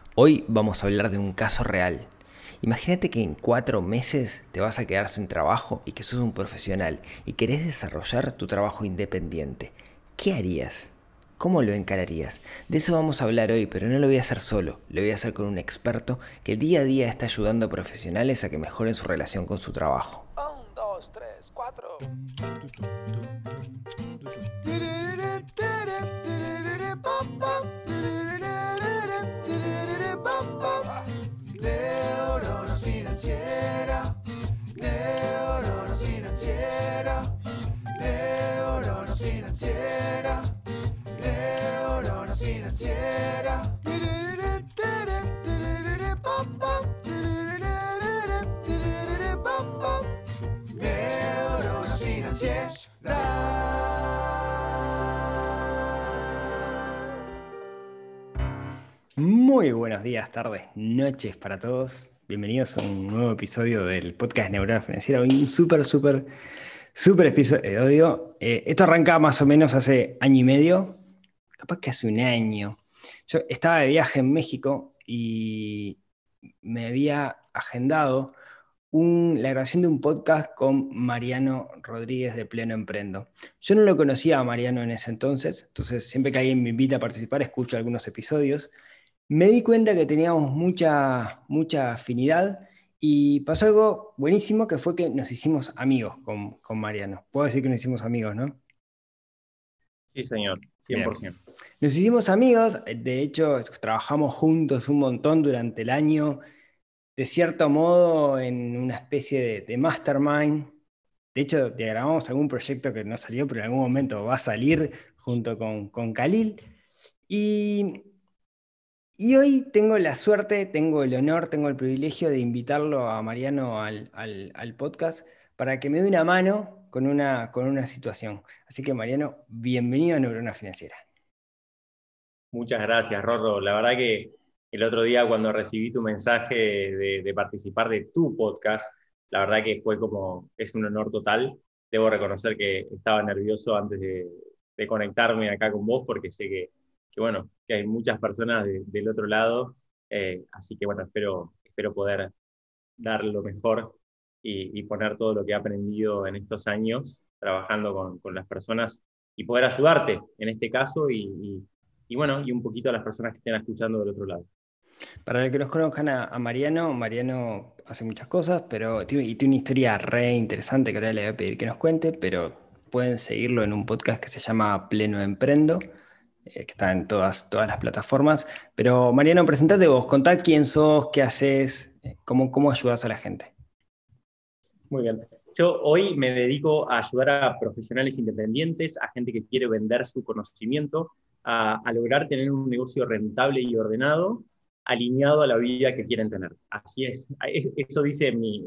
Hoy vamos a hablar de un caso real. Imagínate que en 4 meses te vas a quedar sin trabajo y que sos un profesional y querés desarrollar tu trabajo independiente. ¿Qué harías? ¿Cómo lo encararías? De eso vamos a hablar hoy, pero no lo voy a hacer solo, lo voy a hacer con un experto que día a día está ayudando a profesionales a que mejoren su relación con su trabajo. Un, dos, tres, cuatro. Neurona financiera, neurona financiera, neurona financiera, neurona financiera. Neurona financiera. Muy buenos días, tardes, noches para todos. Bienvenidos a un nuevo episodio del podcast Neurona Financiera. Un súper episodio. Esto arranca más o menos hace año y medio, capaz que hace un año. Yo estaba de viaje en México y me había agendado la grabación de un podcast con Mariano Rodríguez de Pleno Emprendo. Yo no lo conocía a Mariano en ese entonces siempre que alguien me invita a participar escucho algunos episodios. Me di cuenta que teníamos mucha afinidad y pasó algo buenísimo que fue que nos hicimos amigos con Mariano. Puedo decir que nos hicimos amigos, ¿no? Sí, señor, Bien. 100%. Nos hicimos amigos, de hecho trabajamos juntos un montón durante el año, de cierto modo en una especie de mastermind. De hecho, diagramamos algún proyecto que no salió, pero en algún momento va a salir junto con Khalil. Y Y hoy tengo la suerte, tengo el honor, tengo el privilegio de invitarlo a Mariano al podcast para que me dé una mano con una situación. Así que Mariano, bienvenido a Neurona Financiera. Muchas gracias, Rorro. La verdad que el otro día cuando recibí tu mensaje de participar de tu podcast, la verdad que es un honor total. Debo reconocer que estaba nervioso antes de conectarme acá con vos porque sé bueno, que hay muchas personas del otro lado. Así que bueno, espero poder dar lo mejor y poner todo lo que he aprendido en estos años trabajando con las personas y poder ayudarte en este caso y bueno, y un poquito a las personas que estén escuchando del otro lado. Para los que nos conozcan a Mariano, Mariano hace muchas cosas, pero tiene una historia re interesante que ahora le voy a pedir que nos cuente, pero pueden seguirlo en un podcast que se llama Pleno Emprendo, que está en todas las plataformas. Pero Mariano, presentate vos, contá quién sos, qué haces, cómo ayudas a la gente. Muy bien. Yo hoy me dedico a ayudar a profesionales independientes, a gente que quiere vender su conocimiento, a lograr tener un negocio rentable y ordenado, alineado a la vida que quieren tener. Así es. Eso dice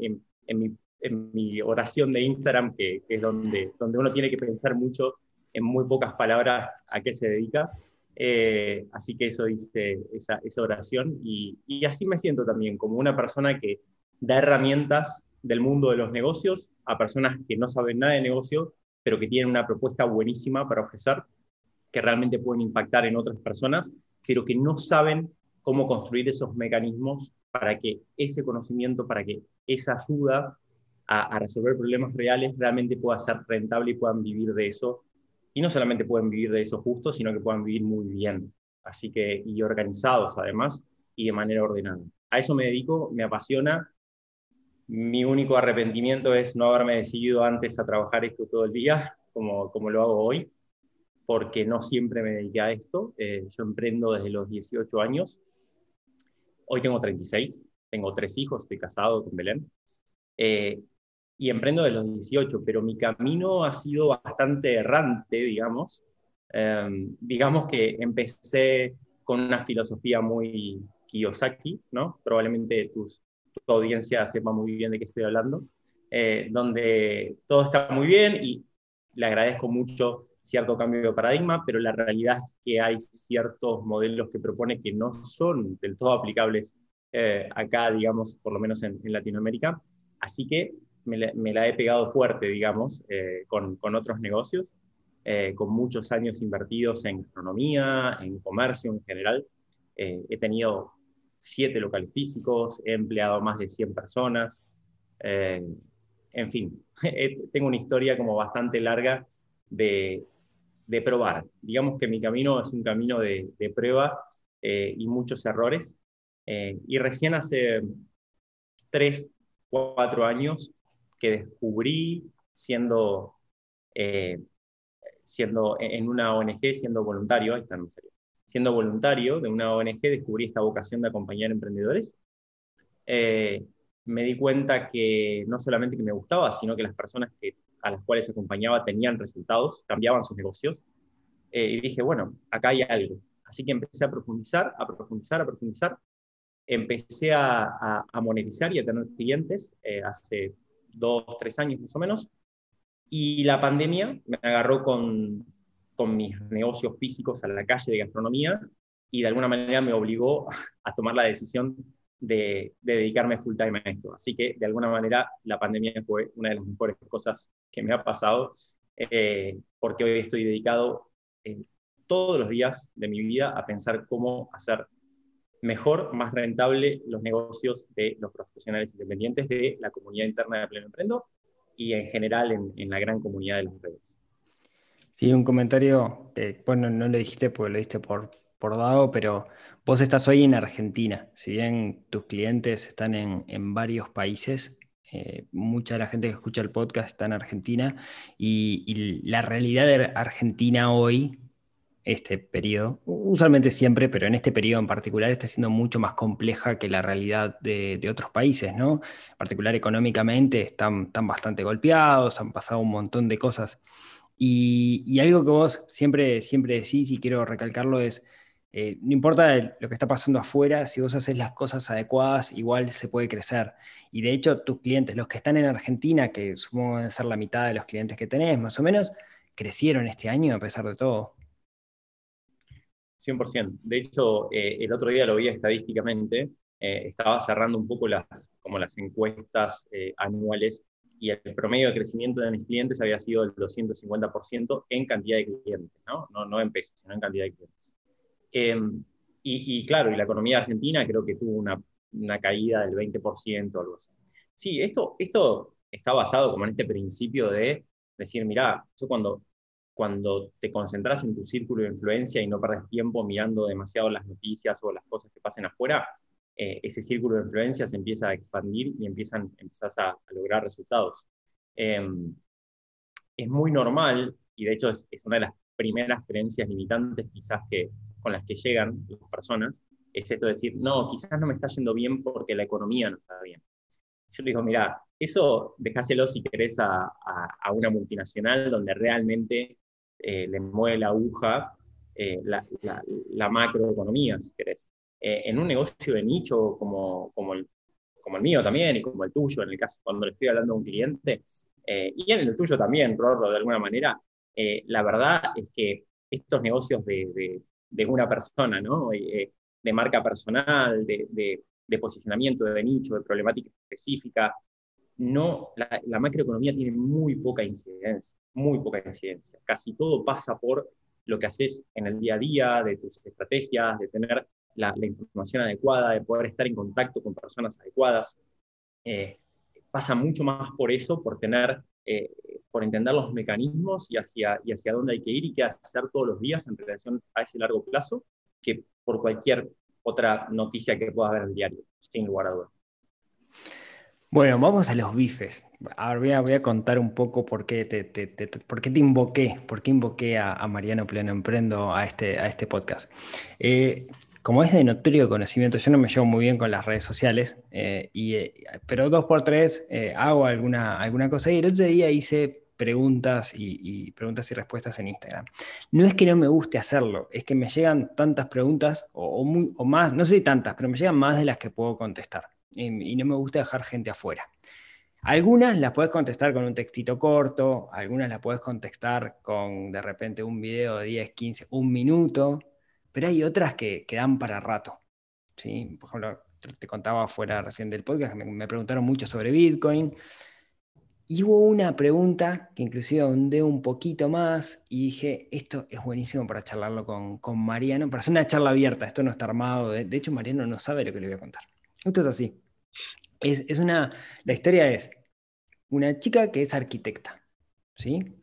en mi oración de Instagram, que es donde uno tiene que pensar mucho en muy pocas palabras a qué se dedica. Así que eso dice esa oración y así me siento también, como una persona que da herramientas del mundo de los negocios a personas que no saben nada de negocio, pero que tienen una propuesta buenísima para ofrecer, que realmente pueden impactar en otras personas, pero que no saben cómo construir esos mecanismos para que ese conocimiento, para que esa ayuda a resolver problemas reales realmente pueda ser rentable y puedan vivir de eso. Y no solamente pueden vivir de eso justo, sino que puedan vivir muy bien. Así que, y organizados además, y de manera ordenada. A eso me dedico, me apasiona. Mi único arrepentimiento es no haberme decidido antes a trabajar esto todo el día, como lo hago hoy, porque no siempre me dediqué a esto. Yo emprendo desde los 18 años. Hoy tengo 36, tengo 3 hijos, estoy casado con Belén. Eh, y emprendo desde los 18, pero mi camino ha sido bastante errante, digamos. Digamos que empecé con una filosofía muy Kiyosaki, ¿no? Probablemente tu audiencia sepa muy bien de qué estoy hablando, donde todo está muy bien y le agradezco mucho cierto cambio de paradigma, pero la realidad es que hay ciertos modelos que propone que no son del todo aplicables acá, digamos, por lo menos en Latinoamérica. Así que me la he pegado fuerte, digamos, con otros negocios, con muchos años invertidos en economía, en comercio en general. He tenido 7 locales físicos, he empleado más de 100 personas. eh, en fin, tengo una historia como bastante larga de, de probar. Digamos que mi camino es un camino de prueba y muchos errores. Y recién hace 3, 4 años que descubrí eh, siendo en una ONG, siendo voluntario, ahí está, no me salió. Siendo voluntario de una ONG, descubrí esta vocación de acompañar emprendedores. Eh, Me di cuenta que no solamente que me gustaba, sino que las personas a las cuales acompañaba tenían resultados, cambiaban sus negocios. Y dije, bueno, acá hay algo. Así que empecé a profundizar, a profundizar, a profundizar. Empecé a monetizar y a tener clientes hace 2, 3 años más o menos. Y la pandemia me agarró con mis negocios físicos a la calle de gastronomía y de alguna manera me obligó a tomar la decisión de dedicarme full time a esto. Así que de alguna manera la pandemia fue una de las mejores cosas que me ha pasado, porque hoy estoy dedicado todos los días de mi vida a pensar cómo hacer mejor, más rentable los negocios de los profesionales independientes de la comunidad interna de Pleno Emprendo y en general en la gran comunidad de las redes. Sí, un comentario que, bueno, no lo dijiste porque lo diste por dado, pero vos estás hoy en Argentina. Si bien tus clientes están en varios países, mucha de la gente que escucha el podcast está en Argentina y la realidad de Argentina hoy, este periodo, usualmente siempre, pero en este periodo en particular está siendo mucho más compleja que la realidad de otros países, ¿no? En particular económicamente están bastante golpeados, han pasado un montón de cosas. Y algo que vos siempre decís y quiero recalcarlo es, no importa lo que está pasando afuera, si vos haces las cosas adecuadas, igual se puede crecer. Y de hecho, tus clientes, los que están en Argentina, que supongo deben ser la mitad de los clientes que tenés, más o menos, crecieron este año a pesar de todo. 100%. De hecho, el otro día lo vi estadísticamente, estaba cerrando un poco como las encuestas anuales y el promedio de crecimiento de mis clientes había sido del 250% en cantidad de clientes, ¿no? No en pesos, sino en cantidad de clientes. Eh, y claro, y la economía argentina creo que tuvo una caída del 20% o algo así. Sí, esto está basado como en este principio de decir, mirá, yo cuando te concentras en tu círculo de influencia y no perdes tiempo mirando demasiado las noticias o las cosas que pasen afuera, ese círculo de influencia se empieza a expandir y empezás a lograr resultados. Eh, es muy normal, y de hecho es una de las primeras creencias limitantes quizás con las que llegan las personas, es esto de decir, no, quizás no me está yendo bien porque la economía no está bien. Yo le digo, mira, eso dejáselo si querés a una multinacional donde realmente le mueve la aguja la macroeconomía, si querés. En un negocio de nicho como el mío también y como el tuyo, en el caso cuando le estoy hablando a un cliente, y en el tuyo también, Rorro, de alguna manera, la verdad es que estos negocios de una persona, ¿no? De marca personal, de posicionamiento, de nicho, de problemática específica, no, la macroeconomía tiene muy poca incidencia, muy poca incidencia. Casi todo pasa por lo que haces en el día a día, de tus estrategias, de tener la información adecuada, de poder estar en contacto con personas adecuadas. Eh, Pasa mucho más por eso, por entender los mecanismos y hacia dónde hay que ir y qué hacer todos los días en relación a ese largo plazo, que por cualquier otra noticia que pueda haber en el diario, sin lugar a dudas. Bueno, vamos a los bifes. Ahora voy a contar un poco por qué te invoqué, por qué invoqué a Mariano Pleno Emprendo a este podcast. Como es de notorio conocimiento, yo no me llevo muy bien con las redes sociales, pero dos por tres hago alguna cosa y el otro día hice preguntas y preguntas y respuestas en Instagram. No es que no me guste hacerlo, es que me llegan tantas preguntas o más, no sé si tantas, pero me llegan más de las que puedo contestar y no me gusta dejar gente afuera. Algunas las puedes contestar con un textito corto, algunas las puedes contestar con de repente un video de 10, 15, un minuto, pero hay otras que dan para rato. ¿Sí? Por ejemplo, te contaba fuera recién del podcast, me preguntaron mucho sobre Bitcoin. Y hubo una pregunta que inclusive ahondé un poquito más y dije, esto es buenísimo para charlarlo con Mariano, para hacer una charla abierta, esto no está armado, de hecho Mariano no sabe lo que le voy a contar. Esto es así, la historia es una chica que es arquitecta, ¿sí?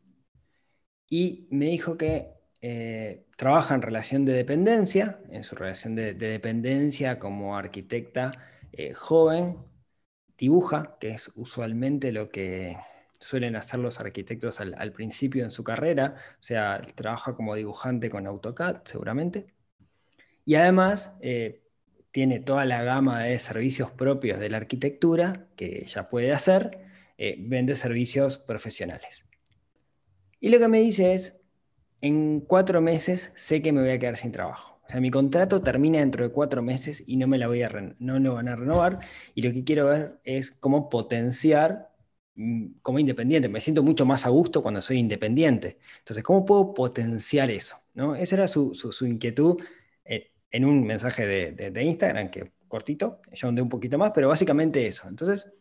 Y me dijo que trabaja en relación de dependencia, en su relación de dependencia como arquitecta joven, dibuja, que es usualmente lo que suelen hacer los arquitectos al principio en su carrera, o sea, trabaja como dibujante con AutoCAD seguramente, y además tiene toda la gama de servicios propios de la arquitectura que ella puede hacer, vende servicios profesionales. Y lo que me dice es, en 4 meses sé que me voy a quedar sin trabajo. O sea, mi contrato termina dentro de 4 meses y no me la voy a no lo van a renovar. Y lo que quiero ver es cómo potenciar como independiente. Me siento mucho más a gusto cuando soy independiente. Entonces, ¿cómo puedo potenciar eso? ¿No? Esa era su inquietud en un mensaje de Instagram, que cortito, yo andé un poquito más, pero básicamente eso. Entonces,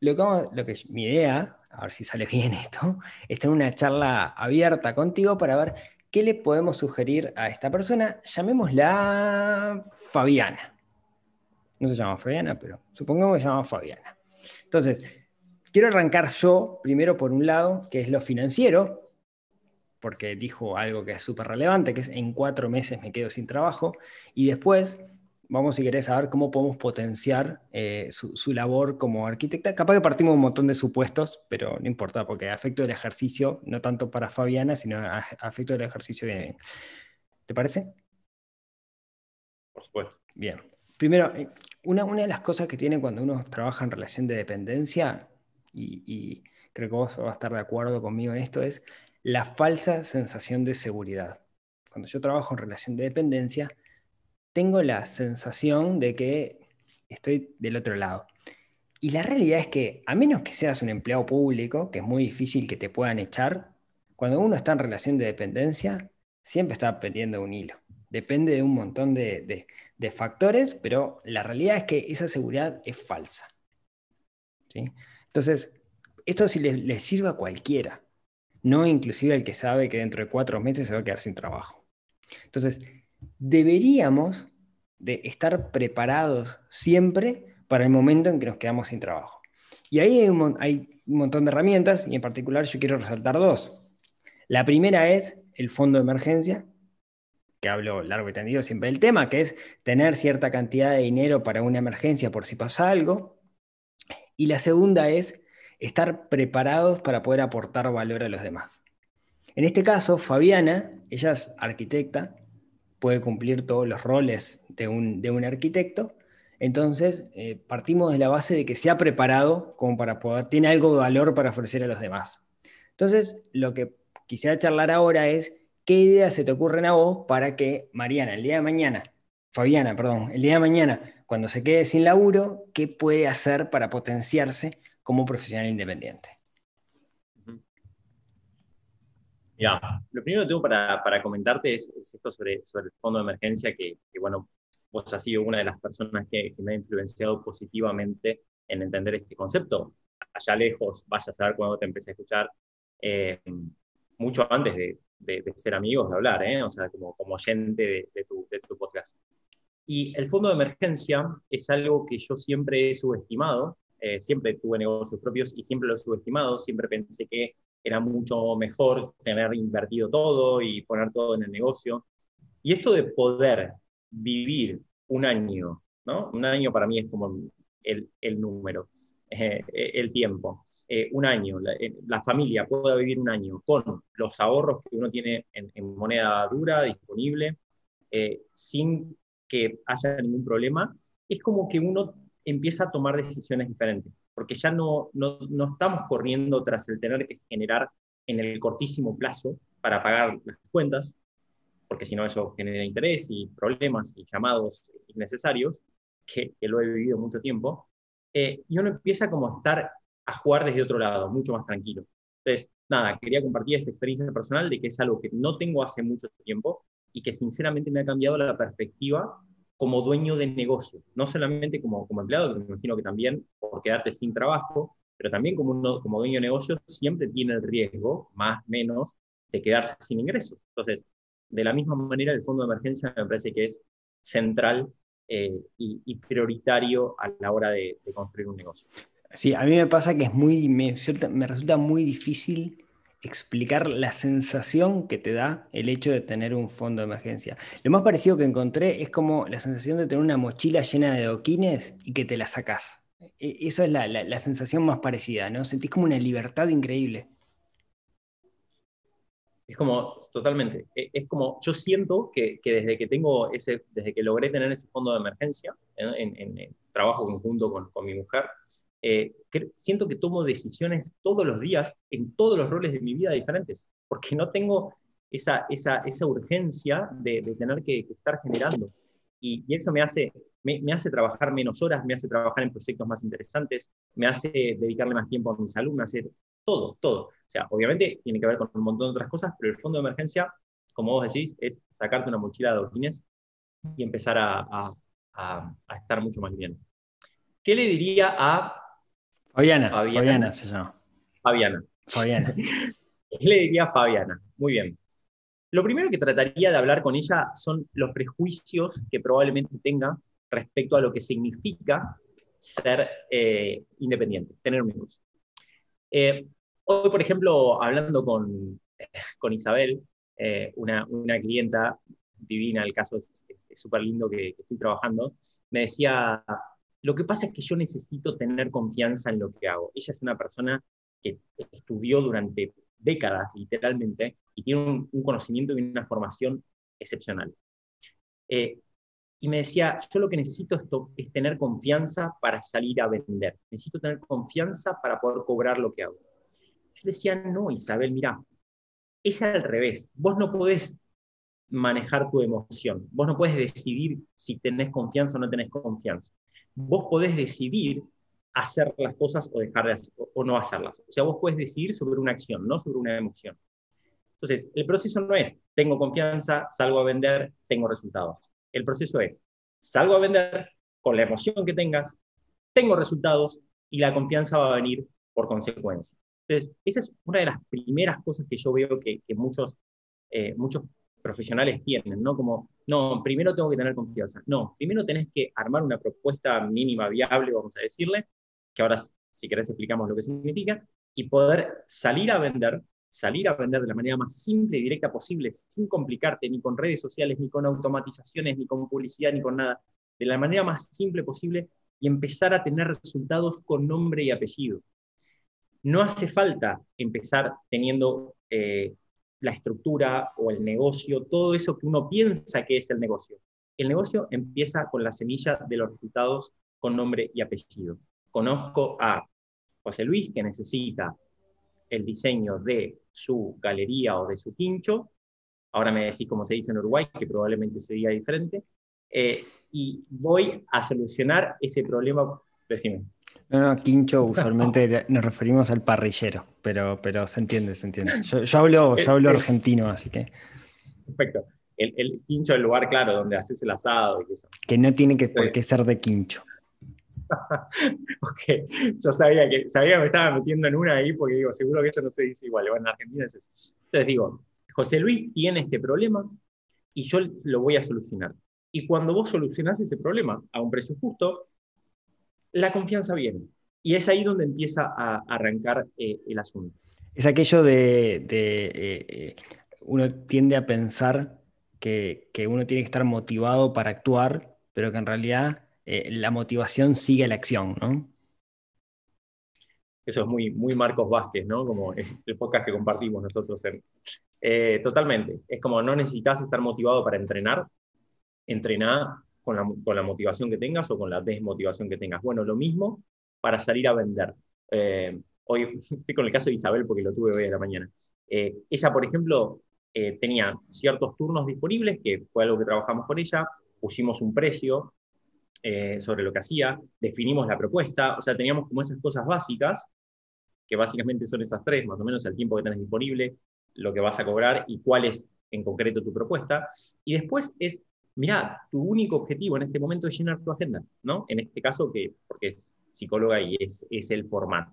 mi idea, a ver si sale bien esto, es tener una charla abierta contigo para ver qué le podemos sugerir a esta persona. Llamémosla Fabiana. No se llama Fabiana, pero supongamos que se llama Fabiana. Entonces, quiero arrancar yo primero por un lado, que es lo financiero, porque dijo algo que es súper relevante, que es en 4 meses me quedo sin trabajo, y después vamos, si querés, a ver cómo podemos potenciar su labor como arquitecta. Capaz que partimos un montón de supuestos, pero no importa, porque a efecto del ejercicio, no tanto para Fabiana, sino a efecto del ejercicio viene bien. ¿Te parece? Por supuesto. Bien. Primero, una de las cosas que tiene cuando uno trabaja en relación de dependencia, y creo que vos vas a estar de acuerdo conmigo en esto, es la falsa sensación de seguridad. Cuando yo trabajo en relación de dependencia, tengo la sensación de que estoy del otro lado. Y la realidad es que, a menos que seas un empleado público, que es muy difícil que te puedan echar, cuando uno está en relación de dependencia, siempre está pendiendo de un hilo. Depende de un montón de factores, pero la realidad es que esa seguridad es falsa. ¿Sí? Entonces, esto sí le sirve a cualquiera, no inclusive al que sabe que dentro de 4 meses se va a quedar sin trabajo. Entonces, deberíamos de estar preparados siempre para el momento en que nos quedamos sin trabajo. Y ahí hay un montón de herramientas, y en particular yo quiero resaltar dos. La primera es el fondo de emergencia, que hablo largo y tendido siempre del tema, que es tener cierta cantidad de dinero para una emergencia por si pasa algo. Y la segunda es estar preparados para poder aportar valor a los demás. En este caso, Fabiana, ella es arquitecta, puede cumplir todos los roles de un arquitecto. Entonces, partimos de la base de que se ha preparado como para poder, tiene algo de valor para ofrecer a los demás. Entonces, lo que quisiera charlar ahora es qué ideas se te ocurren a vos para que Mariana, el día de mañana, Fabiana, perdón, el día de mañana, cuando se quede sin laburo, ¿qué puede hacer para potenciarse como profesional independiente? Mira, lo primero que tengo para comentarte es esto sobre el fondo de emergencia, bueno, vos has sido una de las personas que me ha influenciado positivamente en entender este concepto. Allá lejos, vaya a saber cuando te empecé a escuchar, eh, mucho antes de ser amigos, de hablar, o sea, como oyente de tu podcast. Y el fondo de emergencia es algo que yo siempre he subestimado, siempre tuve negocios propios y siempre lo he subestimado, siempre pensé que era mucho mejor tener invertido todo y poner todo en el negocio. Y esto de poder vivir un año, ¿no? Un año para mí es como el número, el tiempo. Un año, la familia pueda vivir un año con los ahorros que uno tiene en moneda dura, disponible, sin que haya ningún problema, es como que uno empieza a tomar decisiones diferentes, porque ya no estamos corriendo tras el tener que generar en el cortísimo plazo para pagar las cuentas, porque si no eso genera interés y problemas y llamados innecesarios, que lo he vivido mucho tiempo, y uno empieza como a estar a jugar desde otro lado, mucho más tranquilo. Entonces, nada, quería compartir esta experiencia personal de que es algo que no tengo hace mucho tiempo y que sinceramente me ha cambiado la perspectiva como dueño de negocio, no solamente como empleado, que me imagino que también por quedarte sin trabajo, pero también como dueño de negocio siempre tiene el riesgo, más o menos, de quedarse sin ingresos. Entonces, de la misma manera, el fondo de emergencia me parece que es central y prioritario a la hora de construir un negocio. Sí, a mí me pasa que me resulta muy difícil explicar la sensación que te da el hecho de tener un fondo de emergencia. Lo más parecido que encontré es como la sensación de tener una mochila llena de adoquines y que te la sacás. Esa es la sensación más parecida, ¿no? Sentís como una libertad increíble. Es como, totalmente, es como, yo siento que desde que logré tener ese fondo de emergencia, en trabajo conjunto con mi mujer, siento que tomo decisiones todos los días en todos los roles de mi vida diferentes, porque no tengo esa urgencia de tener que estar generando. Y eso me hace trabajar menos horas, me hace trabajar en proyectos más interesantes, me hace dedicarle más tiempo a mis alumnos, hacer todo, todo. O sea, obviamente tiene que ver con un montón de otras cosas, pero el fondo de emergencia, como vos decís, es sacarte una mochila de adoquines y empezar a estar mucho más bien. ¿Qué le diría a Fabiana, Fabiana Fabiana? se llama. Fabiana. Fabiana. ¿Qué le diría a Fabiana? Muy bien. Lo primero que trataría de hablar con ella son los prejuicios que probablemente tenga respecto a lo que significa ser independiente, tener un negocio. Eh, Hoy, por ejemplo, hablando con Isabel, una clienta divina, el caso es súper lindo que estoy trabajando, me decía, lo que pasa es que yo necesito tener confianza en lo que hago. Ella es una persona que estudió durante décadas, literalmente, y tiene un conocimiento y una formación excepcional. Eh, y me decía, yo lo que necesito es tener confianza para salir a vender. Necesito tener confianza para poder cobrar lo que hago. Yo le decía, no, Isabel, mira, es al revés. Vos no podés manejar tu emoción. Vos no podés decidir si tenés confianza o no tenés confianza. Vos podés decidir hacer las cosas o dejar de hacer, o no hacerlas. O sea, vos podés decidir sobre una acción, no sobre una emoción. Entonces, el proceso no es, tengo confianza, salgo a vender, tengo resultados. El proceso es, salgo a vender con la emoción que tengas, tengo resultados y la confianza va a venir por consecuencia. Entonces, esa es una de las primeras cosas que yo veo que muchos profesionales tienen, ¿no? Como, no, primero tengo que tener confianza. No, primero tenés que armar una propuesta mínima viable, vamos a decirle, que ahora, si querés, explicamos lo que significa, y poder salir a vender de la manera más simple y directa posible, sin complicarte ni con redes sociales, ni con automatizaciones, ni con publicidad, ni con nada, de la manera más simple posible y empezar a tener resultados con nombre y apellido. No hace falta empezar teniendo la estructura o el negocio, todo eso que uno piensa que es el negocio. El negocio empieza con la semilla de los resultados con nombre y apellido. Conozco a José Luis que necesita el diseño de su galería o de su quincho, ahora me decís cómo se dice en Uruguay, que probablemente sería diferente, y voy a solucionar ese problema. Decime. No, no, quincho usualmente nos referimos al parrillero, pero se entiende, se entiende. Yo hablo argentino, así que Perfecto. El quincho es el lugar, claro, donde haces el asado y eso. que no tiene por qué Entonces, ser de quincho. ok, yo sabía que me estaba metiendo en una ahí porque digo, seguro que esto no se dice igual. Bueno, en Argentina es eso. Entonces digo, José Luis tiene este problema y yo lo voy a solucionar. Y cuando vos solucionás ese problema a un precio justo, la confianza viene. Y es ahí donde empieza a arrancar el asunto. Es aquello uno tiende a pensar que uno tiene que estar motivado para actuar, pero que en realidad la motivación sigue la acción, ¿no? Eso es muy, muy Marcos Vázquez, ¿no? Como el podcast que compartimos nosotros. Totalmente. Es como no necesitas estar motivado para entrenar, entrenar con la motivación que tengas o con la desmotivación que tengas. Bueno, lo mismo para salir a vender. Hoy estoy con el caso de Isabel porque lo tuve hoy a la mañana. Ella, por ejemplo, tenía ciertos turnos disponibles, que fue algo que trabajamos con ella, pusimos un precio sobre lo que hacía, definimos la propuesta, o sea, teníamos como esas cosas básicas, que básicamente son esas tres, más o menos el tiempo que tenés disponible, lo que vas a cobrar y cuál es en concreto tu propuesta. Y después es, mirá, tu único objetivo en este momento es llenar tu agenda, ¿no? En este caso, porque es psicóloga y es el formato.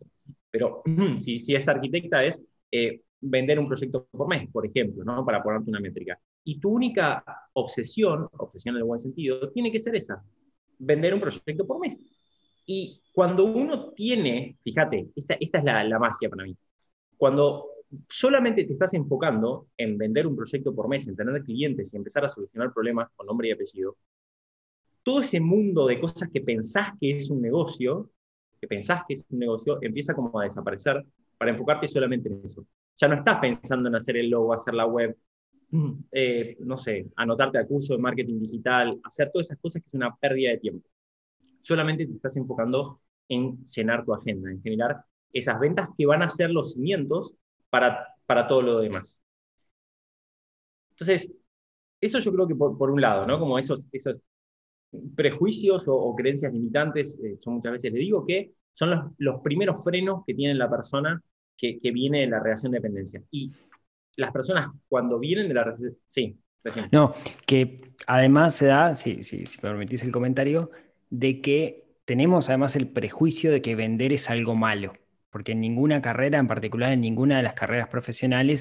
Pero si es arquitecta es vender un proyecto por mes, por ejemplo, ¿no? Para ponerte una métrica. Y tu única obsesión en el buen sentido, tiene que ser esa, vender un proyecto por mes. Y cuando uno tiene, fíjate, esta es la magia para mí, cuando solamente te estás enfocando en vender un proyecto por mes, en tener clientes y empezar a solucionar problemas con nombre y apellido, todo ese mundo de cosas que pensás que es un negocio, empieza como a desaparecer para enfocarte solamente en eso. Ya no estás pensando en hacer el logo, hacer la web, no sé, anotarte al curso de marketing digital, hacer todas esas cosas que es una pérdida de tiempo. Solamente te estás enfocando en llenar tu agenda, en generar esas ventas que van a ser los cimientos para todo lo demás. Entonces, eso yo creo que por un lado, ¿no? Como esos prejuicios o creencias limitantes, yo muchas veces le digo que son los primeros frenos que tiene la persona que viene de la relación de dependencia. Y las personas cuando vienen de la relación... Sí, recién. No, que además se da, si me permitís el comentario, de que tenemos además el prejuicio de que vender es algo malo, porque en ninguna carrera, en particular en ninguna de las carreras profesionales,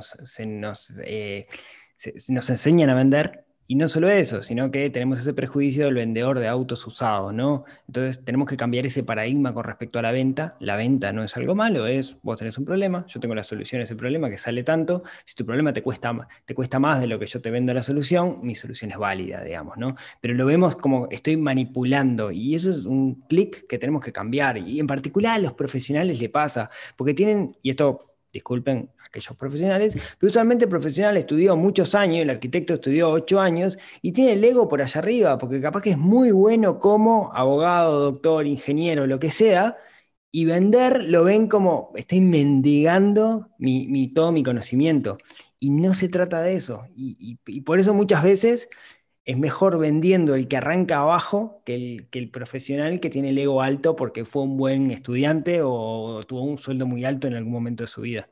se nos enseñan a vender. Y no solo eso, sino que tenemos ese prejuicio del vendedor de autos usados, ¿no? Entonces tenemos que cambiar ese paradigma con respecto a la venta. La venta no es algo malo, es vos tenés un problema, yo tengo la solución a ese problema que sale tanto. Si tu problema te cuesta más de lo que yo te vendo la solución, mi solución es válida, digamos, ¿no? Pero lo vemos como estoy manipulando y eso es un clic que tenemos que cambiar. Y en particular a los profesionales le pasa, porque tienen, y esto, disculpen aquellos profesionales, pero usualmente el profesional estudió muchos años, el arquitecto estudió 8 años y tiene el ego por allá arriba, porque capaz que es muy bueno como abogado, doctor, ingeniero, lo que sea, y vender lo ven como estoy mendigando todo mi conocimiento. Y no se trata de eso. Y por eso muchas veces es mejor vendiendo el que arranca abajo que el profesional que tiene el ego alto porque fue un buen estudiante o tuvo un sueldo muy alto en algún momento de su vida.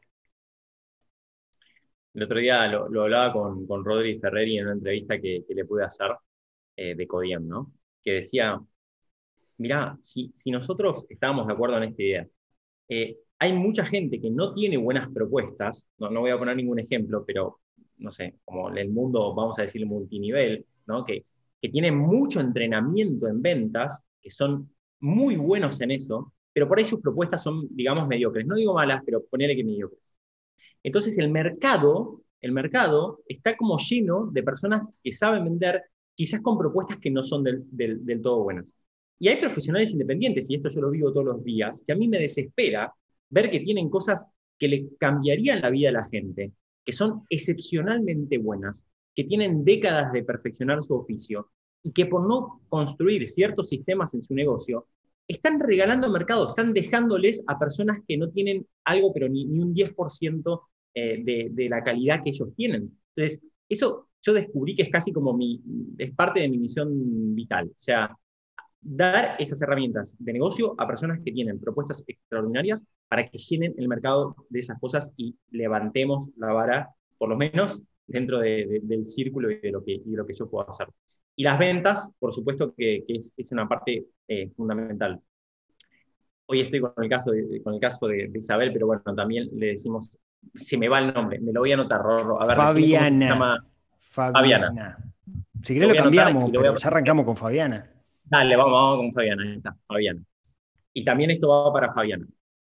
El otro día lo hablaba con Rodri Ferreri en una entrevista que le pude hacer de Codiem, ¿no? Que decía, mirá, si nosotros estábamos de acuerdo en esta idea, hay mucha gente que no tiene buenas propuestas, no voy a poner ningún ejemplo, pero no sé, como el mundo, vamos a decir, multinivel, ¿no? Que tienen mucho entrenamiento en ventas, que son muy buenos en eso, pero por ahí sus propuestas son, digamos, mediocres. No digo malas, pero ponele que mediocres. Entonces el mercado está como lleno de personas que saben vender, quizás con propuestas que no son del todo buenas. Y hay profesionales independientes, y esto yo lo vivo todos los días, que a mí me desespera ver que tienen cosas que le cambiarían la vida a la gente, que son excepcionalmente buenas, que tienen décadas de perfeccionar su oficio, y que por no construir ciertos sistemas en su negocio, están regalando mercado, están dejándoles a personas que no tienen algo, pero ni un 10% de la calidad que ellos tienen. Entonces, eso yo descubrí que es casi como es parte de mi misión vital. O sea, dar esas herramientas de negocio a personas que tienen propuestas extraordinarias para que llenen el mercado de esas cosas y levantemos la vara, por lo menos dentro del círculo y de lo que yo puedo hacer. Y las ventas, por supuesto que es una parte fundamental. Hoy estoy con el caso de Isabel, pero bueno, también le decimos, se me va el nombre, me lo voy a anotar, Rorro. A ver, decime cómo se Fabiana. llama. Fabiana. Fabiana. Si Lo querés lo voy a anotar cambiamos, y lo voy a pero ya poner. arrancamos con Fabiana. Dale, vamos con Fabiana, ahí está, Fabiana. Y también esto va para Fabiana.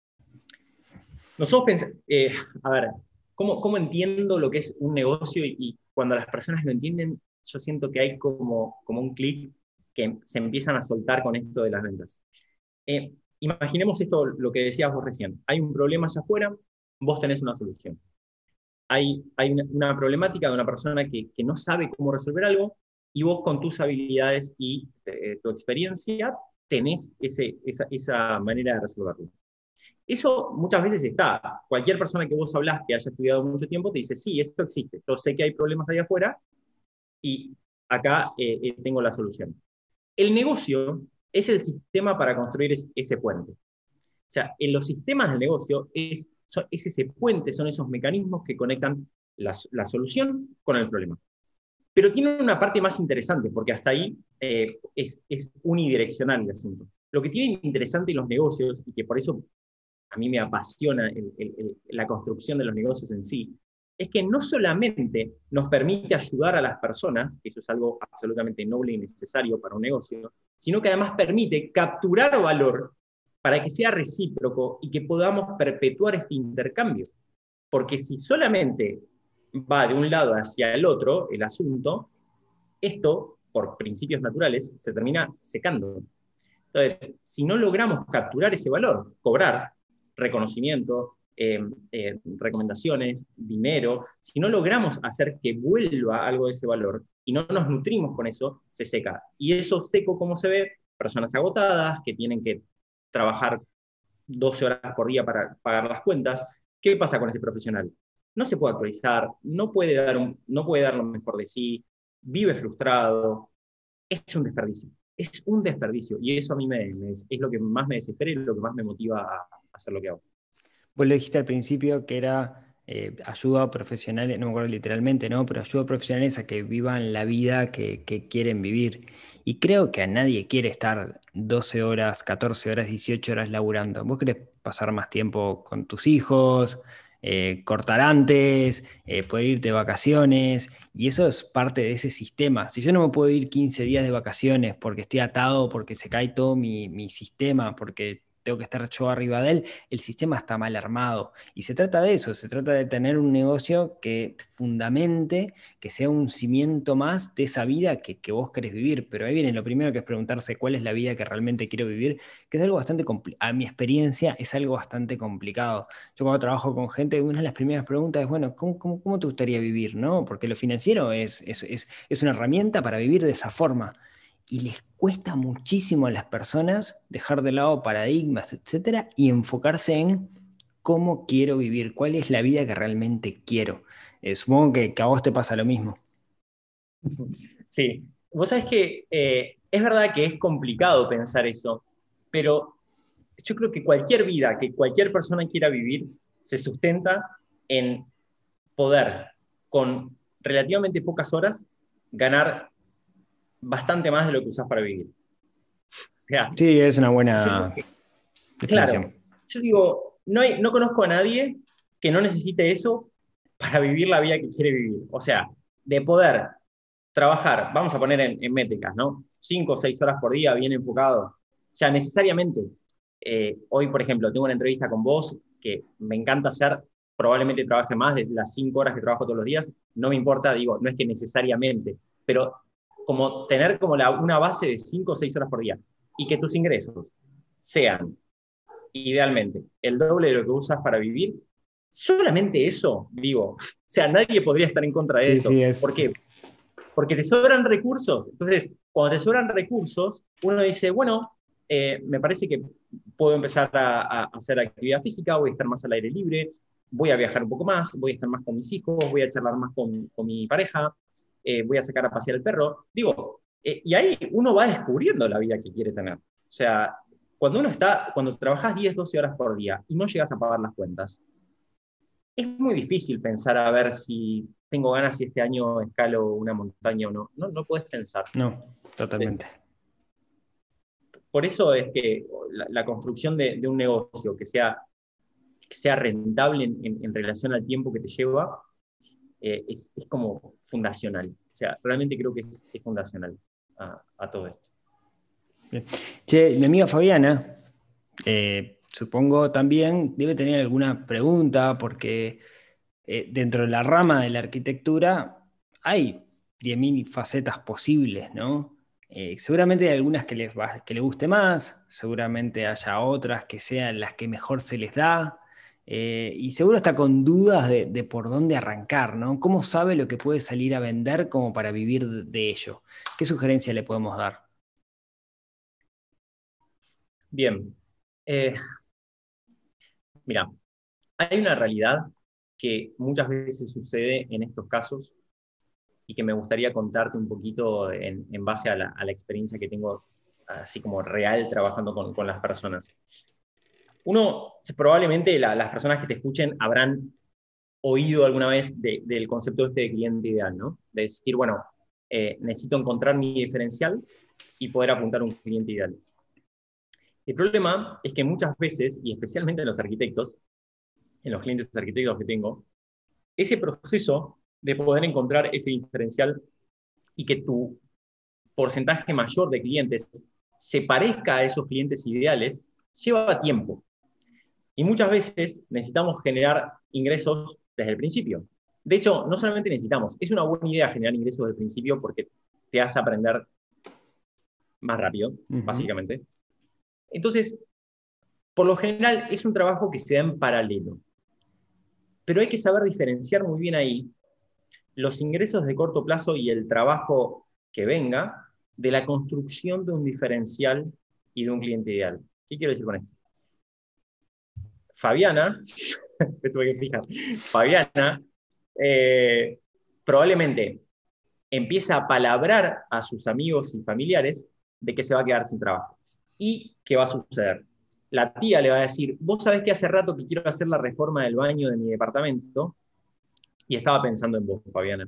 Nosotros pensamos, a ver, ¿cómo entiendo lo que es un negocio? Y cuando las personas lo entienden, yo siento que hay como un clic que se empiezan a soltar con esto de las ventas. Imaginemos esto, lo que decías vos recién. Hay un problema allá afuera, vos tenés una solución. Hay una problemática de una persona que no sabe cómo resolver algo y vos con tus habilidades y tu experiencia tenés esa manera de resolverlo. Eso muchas veces está. Cualquier persona que vos hablás que haya estudiado mucho tiempo te dice, sí, esto existe. Yo sé que hay problemas allá afuera y acá tengo la solución. El negocio es el sistema para construir ese puente. O sea, en los sistemas del negocio es ese puente, son esos mecanismos que conectan la solución con el problema. Pero tiene una parte más interesante, porque hasta ahí es unidireccional el asunto. Lo que tiene interesante en los negocios, y que por eso a mí me apasiona la construcción de los negocios en sí, es que no solamente nos permite ayudar a las personas, que eso es algo absolutamente noble y necesario para un negocio, sino que además permite capturar valor para que sea recíproco y que podamos perpetuar este intercambio. Porque si solamente va de un lado hacia el otro el asunto, esto, por principios naturales, se termina secando. Entonces, si no logramos capturar ese valor, cobrar reconocimiento, recomendaciones, dinero, si no logramos hacer que vuelva algo de ese valor y no nos nutrimos con eso, se seca. Y eso seco, ¿cómo se ve? Personas agotadas que tienen que trabajar 12 horas por día para pagar las cuentas. ¿Qué pasa con ese profesional? No se puede actualizar, no puede dar lo mejor de sí, vive frustrado, es un desperdicio. Es un desperdicio. Y eso a mí es lo que más me desespera y lo que más me motiva a hacer lo que hago. Vos lo dijiste al principio que era ayuda a profesionales, no me acuerdo literalmente, ¿no? Pero ayuda a profesionales a que vivan la vida que quieren vivir. Y creo que a nadie quiere estar 12 horas, 14 horas, 18 horas laburando. Vos querés pasar más tiempo con tus hijos, cortar antes, poder irte de vacaciones, y eso es parte de ese sistema. Si yo no me puedo ir 15 días de vacaciones porque estoy atado, porque se cae todo mi sistema, porque tengo que estar yo arriba de él, el sistema está mal armado. Y se trata de eso, se trata de tener un negocio que fundamente, que sea un cimiento más de esa vida que vos querés vivir. Pero ahí viene lo primero, que es preguntarse cuál es la vida que realmente quiero vivir, que es algo bastante complicado. A mi experiencia es algo bastante complicado. Yo cuando trabajo con gente, una de las primeras preguntas es, bueno, ¿cómo te gustaría vivir? ¿No? Porque lo financiero es una herramienta para vivir de esa forma. Y les cuesta muchísimo a las personas dejar de lado paradigmas, etcétera, y enfocarse en cómo quiero vivir, cuál es la vida que realmente quiero. Supongo que a vos te pasa lo mismo. Sí, vos sabés que es verdad que es complicado pensar eso, pero yo creo que cualquier vida que cualquier persona quiera vivir se sustenta en poder, con relativamente pocas horas, ganar bastante más de lo que usás para vivir. O sea, Sí, es una yo creo buena que, claro, definición. yo digo, no conozco a nadie que no necesite eso para vivir la vida que quiere vivir. O sea, de poder trabajar, vamos a poner en métricas, ¿no? 5 o 6 horas por día, bien enfocado. O sea, necesariamente, hoy, por ejemplo, tengo una entrevista con vos que me encanta hacer, probablemente trabaje más de las 5 horas que trabajo todos los días, no me importa, digo, no es que necesariamente, pero como tener como una base de 5 o 6 horas por día y que tus ingresos sean, idealmente, el doble de lo que usas para vivir, solamente eso, digo, o sea, nadie podría estar en contra de Sí, eso. sí, ¿Por es. qué? Porque te sobran recursos. Entonces, cuando te sobran recursos, uno dice, bueno, me parece que puedo empezar a hacer actividad física, voy a estar más al aire libre, voy a viajar un poco más, voy a estar más con mis hijos, voy a charlar más con mi pareja, voy a sacar a pasear al perro. Digo, y ahí uno va descubriendo la vida que quiere tener. O sea, cuando trabajas 10, 12 horas por día y no llegas a pagar las cuentas, es muy difícil pensar a ver si tengo ganas si este año escalo una montaña o no. No puedes pensar. No, totalmente. Por eso es que la construcción de un negocio que sea rentable en relación al tiempo que te lleva es como fundacional. O sea, realmente creo que es fundacional a todo esto. Bien. Che, mi amiga Fabiana, supongo también debe tener alguna pregunta, porque dentro de la rama de la arquitectura hay 10.000 facetas posibles, ¿no? Seguramente hay algunas que le guste más, seguramente haya otras que sean las que mejor se les da, y seguro está con dudas de por dónde arrancar, ¿no? ¿Cómo sabe lo que puede salir a vender como para vivir de ello? ¿Qué sugerencia le podemos dar? Bien. Eh, Mira, hay una realidad que muchas veces sucede en estos casos y que me gustaría contarte un poquito en base a la experiencia que tengo así como real trabajando con las personas. Probablemente las personas que te escuchen habrán oído alguna vez del concepto este de cliente ideal, ¿no? De decir, bueno, necesito encontrar mi diferencial y poder apuntar a un cliente ideal. El problema es que muchas veces, y especialmente en los arquitectos, en los clientes arquitectos que tengo, ese proceso de poder encontrar ese diferencial y que tu porcentaje mayor de clientes se parezca a esos clientes ideales, lleva tiempo. Y muchas veces necesitamos generar ingresos desde el principio. De hecho, no solamente necesitamos, es una buena idea generar ingresos desde el principio porque te hace aprender más rápido, básicamente. Entonces, por lo general es un trabajo que se da en paralelo. Pero hay que saber diferenciar muy bien ahí los ingresos de corto plazo y el trabajo que venga de la construcción de un diferencial y de un cliente ideal. ¿Qué quiero decir con esto? Fabiana, me tuve que fijar, Fabiana probablemente empieza a palabrar a sus amigos y familiares de que se va a quedar sin trabajo. ¿Y qué va a suceder? La tía le va a decir, vos sabés que hace rato que quiero hacer la reforma del baño de mi departamento y estaba pensando en vos, Fabiana.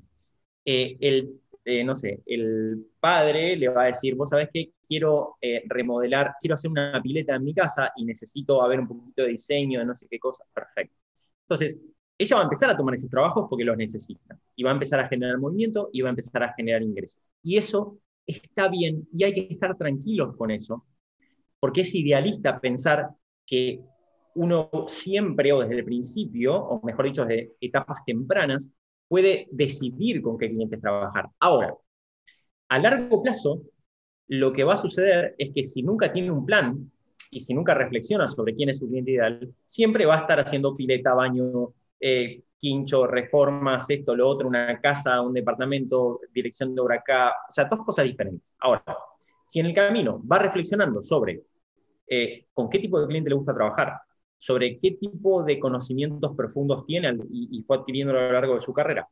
No sé, el padre le va a decir, vos sabés que quiero remodelar, quiero hacer una pileta en mi casa y necesito ver un poquito de diseño, de no sé qué cosa. Perfecto. Entonces, ella va a empezar a tomar esos trabajos porque los necesita. Y va a empezar a generar movimiento y va a empezar a generar ingresos. Y eso está bien y hay que estar tranquilos con eso, porque es idealista pensar que uno siempre o desde el principio, o mejor dicho, desde etapas tempranas, puede decidir con qué clientes trabajar. Ahora, a largo plazo, lo que va a suceder es que si nunca tiene un plan y si nunca reflexiona sobre quién es su cliente ideal, siempre va a estar haciendo pileta, baño, quincho, reformas, esto, lo otro, una casa, un departamento, dirección de obra acá, o sea, todas cosas diferentes. Ahora, si en el camino va reflexionando sobre con qué tipo de cliente le gusta trabajar, sobre qué tipo de conocimientos profundos tiene y fue adquiriendo a lo largo de su carrera,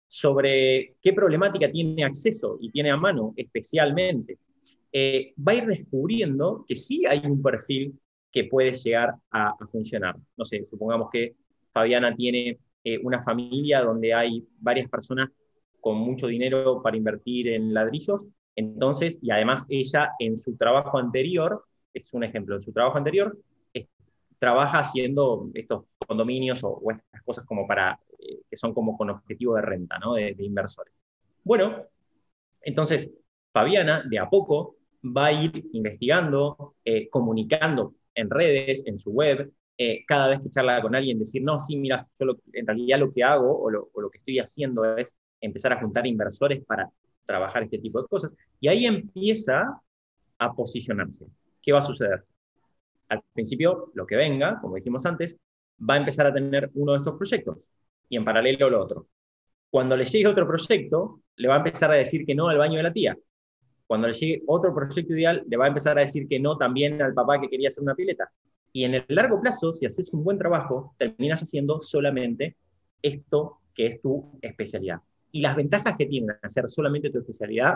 sobre qué problemática tiene acceso y tiene a mano especialmente, va a ir descubriendo que sí hay un perfil que puede llegar a funcionar. No sé, supongamos que Fabiana tiene una familia donde hay varias personas con mucho dinero para invertir en ladrillos, entonces, y además ella en su trabajo anterior, es un ejemplo, en su trabajo anterior, trabaja haciendo estos condominios o estas cosas como para, que son como con objetivo de renta, ¿no? de inversores. Bueno, entonces Fabiana de a poco va a ir investigando, comunicando en redes, en su web, cada vez que charla con alguien, decir, no, sí, mira, yo en realidad lo que hago o lo que estoy haciendo es empezar a juntar inversores para trabajar este tipo de cosas. Y ahí empieza a posicionarse. ¿Qué va a suceder? Al principio, lo que venga, como dijimos antes, va a empezar a tener uno de estos proyectos y en paralelo lo otro. Cuando le llegue otro proyecto, le va a empezar a decir que no al baño de la tía. Cuando le llegue otro proyecto ideal, le va a empezar a decir que no también al papá que quería hacer una pileta. Y en el largo plazo, si haces un buen trabajo, terminas haciendo solamente esto que es tu especialidad. Y las ventajas que tiene hacer solamente tu especialidad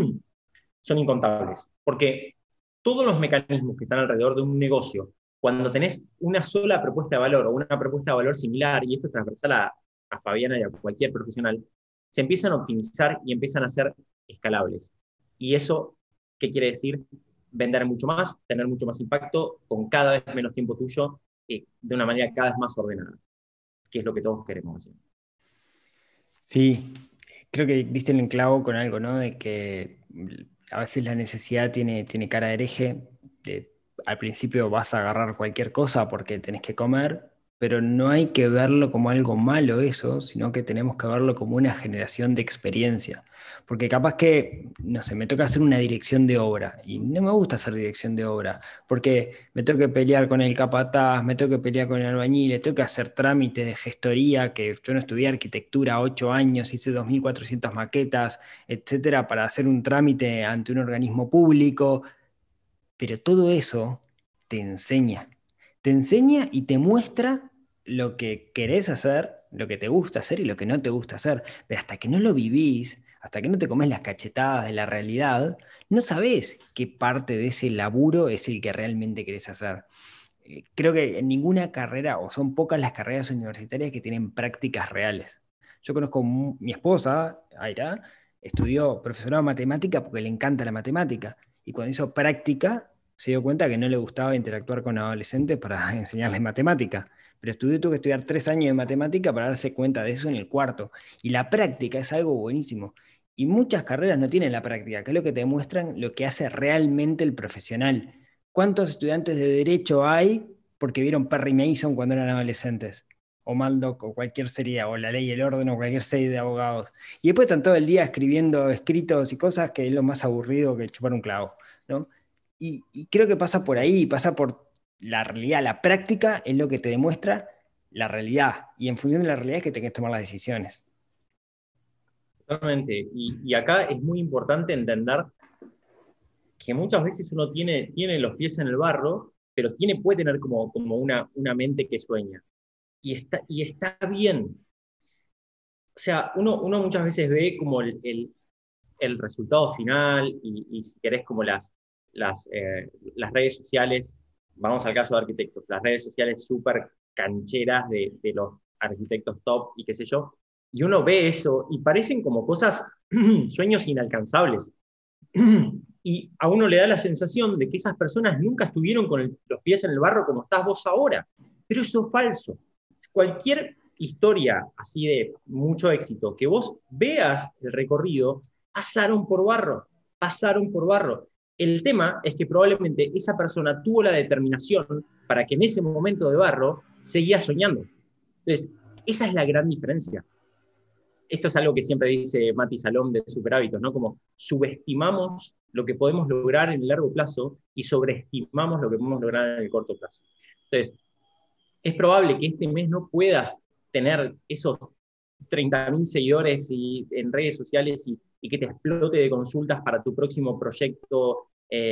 son incontables. Porque todos los mecanismos que están alrededor de un negocio, cuando tenés una sola propuesta de valor o una propuesta de valor similar, y esto es transversal a Fabiana y a cualquier profesional, se empiezan a optimizar y empiezan a ser escalables. ¿Y eso qué quiere decir? Vender mucho más, tener mucho más impacto, con cada vez menos tiempo tuyo, de una manera cada vez más ordenada, que es lo que todos queremos hacer. Sí, creo que diste el enclavo con algo, ¿no? De que a veces la necesidad tiene cara de hereje. Al principio vas a agarrar cualquier cosa porque tenés que comer, pero no hay que verlo como algo malo eso, sino que tenemos que verlo como una generación de experiencia. Porque capaz que, no sé, me toca hacer una dirección de obra y no me gusta hacer dirección de obra porque me tengo que pelear con el capataz, me tengo que pelear con el albañil, tengo que hacer trámites de gestoría, que yo no estudié arquitectura 8 años, hice 2.400 maquetas, etcétera, para hacer un trámite ante un organismo público, pero todo eso te enseña y te muestra lo que querés hacer, lo que te gusta hacer y lo que no te gusta hacer, pero hasta que no lo vivís, hasta que no te comes las cachetadas de la realidad, no sabés qué parte de ese laburo es el que realmente querés hacer. Creo que en ninguna carrera, o son pocas las carreras universitarias que tienen prácticas reales. Yo conozco mi esposa, Aira, estudió profesorado de matemática porque le encanta la matemática. Y cuando hizo práctica, se dio cuenta que no le gustaba interactuar con adolescentes para enseñarles matemática. Pero tuvo que estudiar 3 años de matemática para darse cuenta de eso en el cuarto. Y la práctica es algo buenísimo. Y muchas carreras no tienen la práctica, que es lo que te demuestran lo que hace realmente el profesional. ¿Cuántos estudiantes de derecho hay porque vieron Perry Mason cuando eran adolescentes? O Maldoc, o cualquier serie, o La Ley y el Orden, o cualquier serie de abogados. Y después están todo el día escribiendo escritos y cosas que es lo más aburrido que chupar un clavo, ¿no? Y creo que pasa por ahí, pasa por la realidad. La práctica es lo que te demuestra la realidad. Y en función de la realidad es que tenés que tomar las decisiones. Totalmente. Y acá es muy importante entender que muchas veces uno tiene los pies en el barro, pero puede tener como una mente que sueña. Y está bien. O sea, uno muchas veces ve como el resultado final y si querés como las redes sociales, vamos al caso de arquitectos, las redes sociales súper cancheras de los arquitectos top y qué sé yo, y uno ve eso y parecen como cosas, sueños inalcanzables. Y a uno le da la sensación de que esas personas nunca estuvieron con los pies en el barro como estás vos ahora. Pero eso es falso. Cualquier historia así de mucho éxito, que vos veas el recorrido, pasaron por barro, pasaron por barro. El tema es que probablemente esa persona tuvo la determinación para que en ese momento de barro seguía soñando. Entonces, esa es la gran diferencia. Esto es algo que siempre dice Mati Salom de Superhábitos, ¿no? Como subestimamos lo que podemos lograr en el largo plazo y sobreestimamos lo que podemos lograr en el corto plazo. Entonces, es probable que este mes no puedas tener esos 30.000 seguidores en redes sociales y que te explote de consultas para tu próximo proyecto.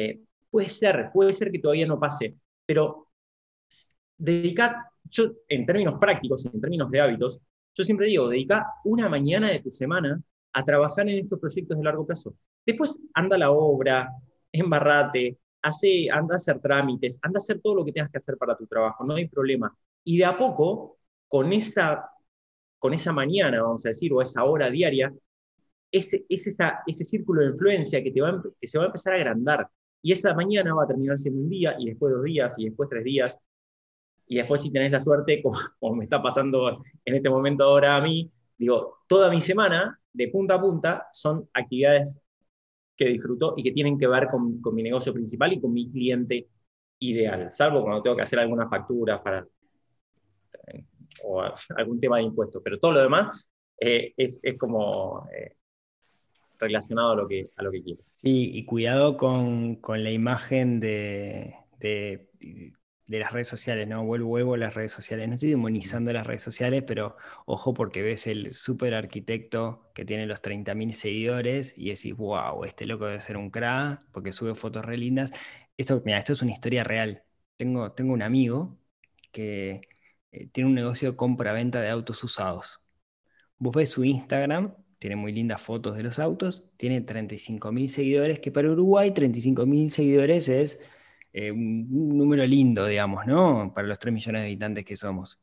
Puede ser que todavía no pase, pero dedicar, yo en términos prácticos, en términos de hábitos, yo siempre digo, dedica una mañana de tu semana a trabajar en estos proyectos de largo plazo. Después anda a la obra, embarrate, anda a hacer trámites, anda a hacer todo lo que tengas que hacer para tu trabajo, no hay problema. Y de a poco, con esa mañana, vamos a decir, o esa hora diaria, ese círculo de influencia que se va a empezar a agrandar. Y esa mañana va a terminar siendo un día, y después 2 días, y después 3 días, y después si tenés la suerte, como me está pasando en este momento ahora a mí, digo, toda mi semana, de punta a punta, son actividades que disfruto y que tienen que ver con mi negocio principal y con mi cliente ideal, salvo cuando tengo que hacer algunas facturas o algún tema de impuestos, pero todo lo demás es como relacionado a lo que quiero. Sí, y cuidado con la imagen de las redes sociales, ¿no? Vuelvo a las redes sociales. No estoy demonizando las redes sociales, pero ojo porque ves el super arquitecto que tiene los 30.000 seguidores y decís, wow, este loco debe ser un crack porque sube fotos re lindas. Mira, esto es una historia real. Tengo un amigo que tiene un negocio de compra-venta de autos usados. Vos ves su Instagram, tiene muy lindas fotos de los autos, tiene 35.000 seguidores, que para Uruguay 35.000 seguidores es un número lindo, digamos, ¿no? Para los 3 millones de habitantes que somos.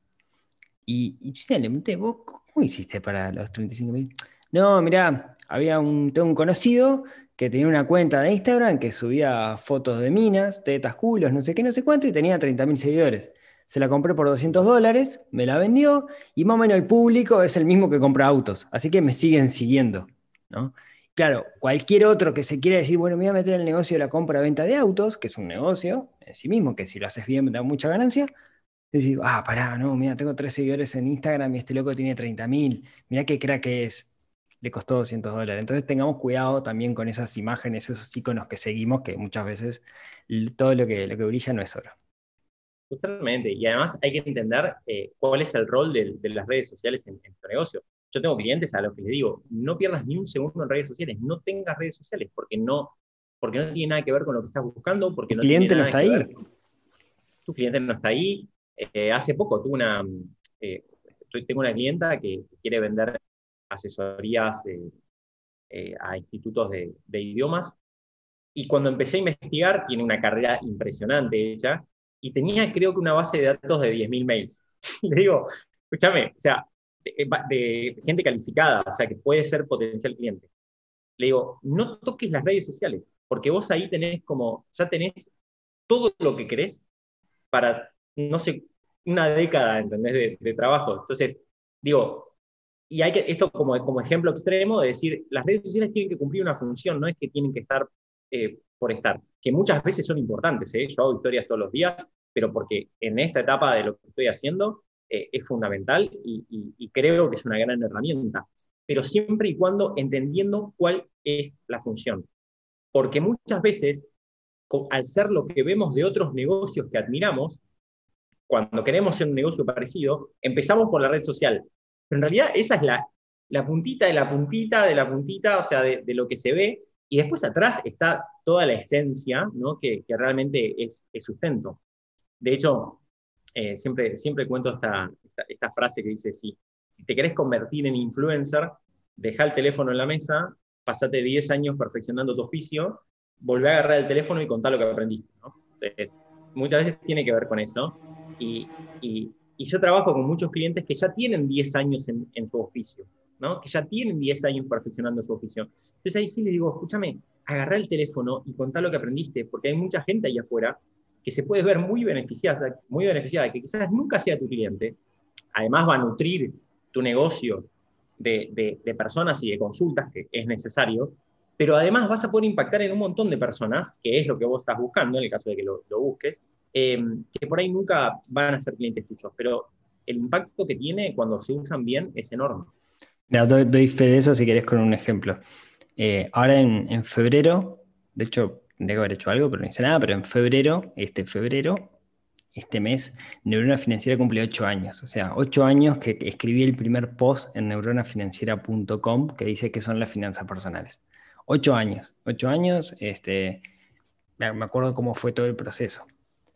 Y sí, le pregunté, ¿vos cómo hiciste para los 35.000? No, mirá, tengo un conocido que tenía una cuenta de Instagram que subía fotos de minas, tetas, culos, no sé qué, no sé cuánto, y tenía 30.000 seguidores. Se la compré por $200, me la vendió, y más o menos el público es el mismo que compra autos, así que me siguen siguiendo, ¿no? Claro, cualquier otro que se quiera decir, bueno, me voy a meter en el negocio de la compra-venta de autos, que es un negocio en sí mismo, que si lo haces bien da mucha ganancia. Decís, pará, no, mira, tengo 3 seguidores en Instagram y este loco tiene 30.000. Mirá qué crack que es. Le costó $200. Entonces tengamos cuidado también con esas imágenes, esos iconos que seguimos, que muchas veces todo lo que brilla no es oro. Totalmente. Y además hay que entender cuál es el rol de las redes sociales en tu negocio. Yo tengo clientes a los que les digo, no pierdas ni un segundo en redes sociales, no tengas redes sociales, porque no tiene nada que ver con lo que estás buscando, porque ¿Tu no tiene cliente no nada está que ver, ahí? tu cliente no está ahí. Hace poco eh, tengo una clienta que quiere vender asesorías a institutos de idiomas. Y cuando empecé a investigar, tiene una carrera impresionante ella, y tenía creo que una base de datos de 10.000 mails. Le digo, escúchame, o sea, de gente calificada, o sea, que puede ser potencial cliente. Le digo, no toques las redes sociales, porque vos ahí ya tenés todo lo que querés para, no sé, una década, ¿entendés? De trabajo. Entonces, digo, y hay que, esto como ejemplo extremo de decir, las redes sociales tienen que cumplir una función, no es que tienen que estar por estar, que muchas veces son importantes, ¿eh? Yo hago historias todos los días, pero porque en esta etapa de lo que estoy haciendo es fundamental y creo que es una gran herramienta, pero siempre y cuando entendiendo cuál es la función. Porque muchas veces, al ser lo que vemos de otros negocios que admiramos, cuando queremos ser un negocio parecido, empezamos por la red social. Pero en realidad esa es la puntita de la puntita de la puntita, o sea, de lo que se ve, y después atrás está toda la esencia, ¿no? que realmente es sustento. De hecho, siempre cuento esta frase que dice, si te querés convertir en influencer, deja el teléfono en la mesa, pasate 10 años perfeccionando tu oficio, volvé a agarrar el teléfono y contá lo que aprendiste, ¿no? Entonces, muchas veces tiene que ver con eso. Y yo trabajo con muchos clientes que ya tienen 10 años en su oficio, ¿no? Que ya tienen 10 años perfeccionando su oficio. Entonces ahí sí les digo, escúchame, agarrá el teléfono y contá lo que aprendiste, porque hay mucha gente ahí afuera que se puede ver muy beneficiada, que quizás nunca sea tu cliente, además va a nutrir tu negocio de personas y de consultas, que es necesario, pero además vas a poder impactar en un montón de personas, que es lo que vos estás buscando, en el caso de que lo busques, que por ahí nunca van a ser clientes tuyos, pero el impacto que tiene cuando se usan bien es enorme. Mira, doy fe de eso si querés con un ejemplo. Ahora en febrero, de hecho, tendría que haber hecho algo, pero no hice nada, pero en febrero, este mes, Neurona Financiera cumple 8 años. O sea, 8 años que escribí el primer post en neuronafinanciera.com que dice que son las finanzas personales. 8 años, me acuerdo cómo fue todo el proceso.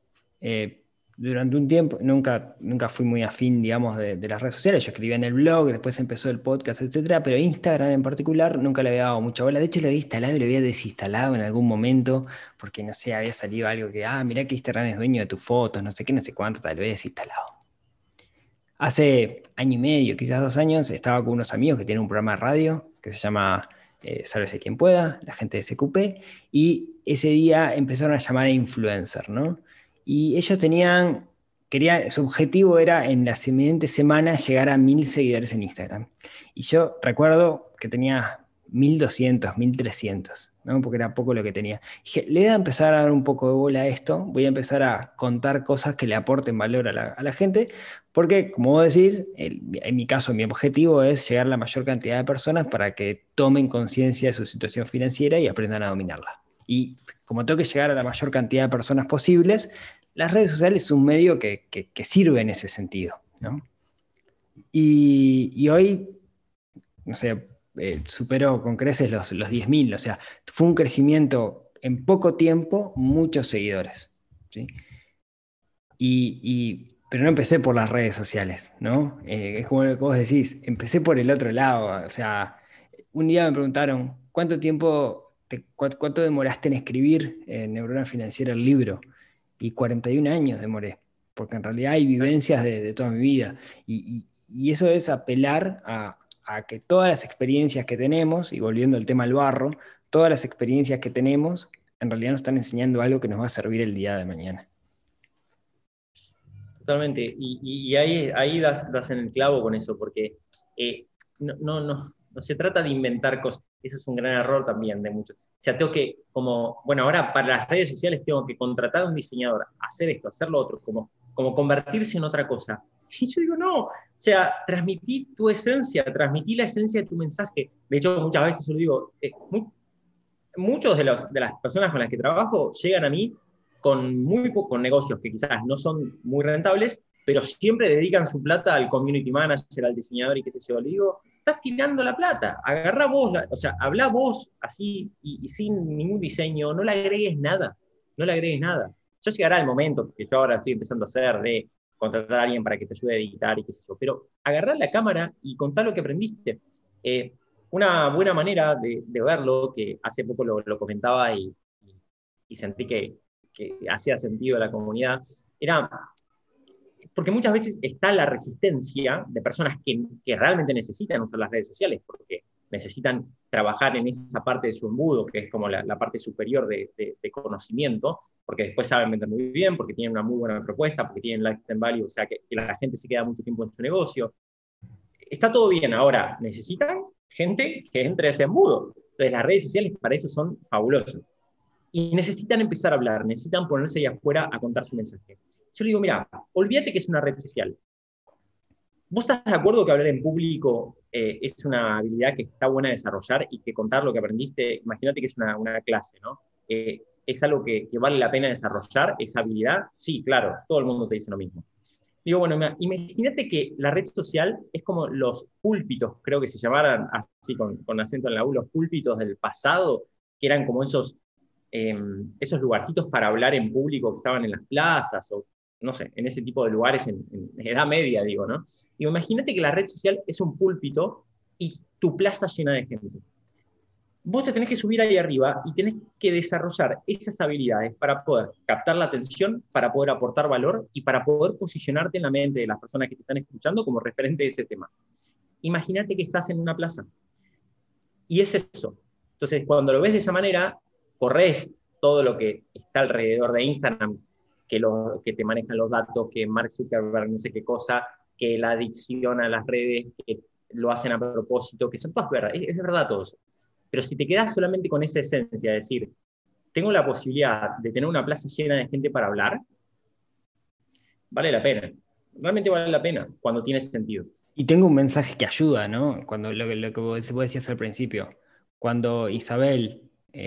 Durante un tiempo, nunca fui muy afín, digamos, de las redes sociales. Yo escribía en el blog, después empezó el podcast, etcétera, pero Instagram en particular nunca le había dado mucha bola. De hecho, lo había instalado y lo había desinstalado en algún momento, porque no sé, había salido algo que, mirá que Instagram es dueño de tus fotos, no sé qué, no sé cuánto, tal, lo había desinstalado. Hace año y medio, quizás 2 años, estaba con unos amigos que tienen un programa de radio que se llama Sálvese quien pueda, la gente de SQP, y ese día empezaron a llamar a influencer, ¿no? Y ellos su objetivo era en la siguiente semana llegar a 1000 seguidores en Instagram. Y yo recuerdo que tenía 1200, 1300, ¿no? Porque era poco lo que tenía. Dije, le voy a empezar a dar un poco de bola a esto, voy a empezar a contar cosas que le aporten valor a la gente, porque, como vos decís, en mi caso, mi objetivo es llegar a la mayor cantidad de personas para que tomen conciencia de su situación financiera y aprendan a dominarla. Y como tengo que llegar a la mayor cantidad de personas posibles, las redes sociales es un medio que sirve en ese sentido, ¿no? Y hoy, no sé, superó con creces los 10.000, o sea, fue un crecimiento en poco tiempo, muchos seguidores, ¿sí? Pero no empecé por las redes sociales, ¿no? Es como lo que vos decís, empecé por el otro lado, o sea, un día me preguntaron, ¿cuánto demoraste en escribir Neurona Financiera el libro? Y 41 años demoré, porque en realidad hay vivencias de toda mi vida. Y eso es apelar a que todas las experiencias que tenemos, y volviendo al tema del barro, todas las experiencias que tenemos en realidad nos están enseñando algo que nos va a servir el día de mañana. Totalmente. Y ahí das en el clavo con eso, porque no se trata de inventar cosas. Eso es un gran error también de muchos. O sea, tengo que, bueno, ahora para las redes sociales tengo que contratar a un diseñador, hacer esto, hacer lo otro, como convertirse en otra cosa. Y yo digo, no, o sea, transmití tu esencia, transmití la esencia de tu mensaje. De hecho, muchas veces yo lo digo, muchos de las personas con las que trabajo llegan a mí con muy pocos negocios que quizás no son muy rentables, pero siempre dedican su plata al community manager, al diseñador y qué sé yo. Le digo, estás tirando la plata, agarrá vos, o sea, habla vos así y sin ningún diseño, no le agregues nada, no le agregues nada. Ya llegará el momento, que yo ahora estoy empezando a hacer, de contratar a alguien para que te ayude a editar y qué sé yo, pero agarrá la cámara y contá lo que aprendiste. Una buena manera de verlo, que hace poco lo comentaba y sentí que hacía sentido a la comunidad, era porque muchas veces está la resistencia de personas que realmente necesitan usar las redes sociales, porque necesitan trabajar en esa parte de su embudo, que es como la parte superior de conocimiento, porque después saben vender muy bien, porque tienen una muy buena propuesta, porque tienen lifetime value, o sea, que la gente se queda mucho tiempo en su negocio. Está todo bien, ahora necesitan gente que entre a ese embudo. Entonces las redes sociales para eso son fabulosas. Y necesitan empezar a hablar, necesitan ponerse ahí afuera a contar su mensaje. Yo le digo, mira, olvídate que es una red social. ¿Vos estás de acuerdo que hablar en público es una habilidad que está buena de desarrollar y que contar lo que aprendiste, imagínate que es una clase, ¿no? ¿Es algo que vale la pena desarrollar, esa habilidad? Sí, claro, todo el mundo te dice lo mismo. Digo, bueno, imagínate que la red social es como los púlpitos, creo que se llamaran así con acento en la U, los púlpitos del pasado, que eran como esos lugarcitos para hablar en público que estaban en las plazas o, no sé, en ese tipo de lugares en Edad Media, digo, ¿no? Digo, imagínate que la red social es un púlpito y tu plaza llena de gente. Vos te tenés que subir ahí arriba y tenés que desarrollar esas habilidades para poder captar la atención, para poder aportar valor y para poder posicionarte en la mente de las personas que te están escuchando como referente de ese tema. Imagínate que estás en una plaza. Y es eso. Entonces, cuando lo ves de esa manera, corres todo lo que está alrededor de Instagram, que te manejan los datos, que Mark Zuckerberg no sé qué cosa, que la adicción a las redes, que lo hacen a propósito, que son todas verdad, es verdad todo eso. Pero si te quedas solamente con esa esencia, de decir, tengo la posibilidad de tener una plaza llena de gente para hablar, vale la pena. Realmente vale la pena cuando tiene sentido. Y tengo un mensaje que ayuda, ¿no? Cuando lo que vos decías al principio, cuando Isabel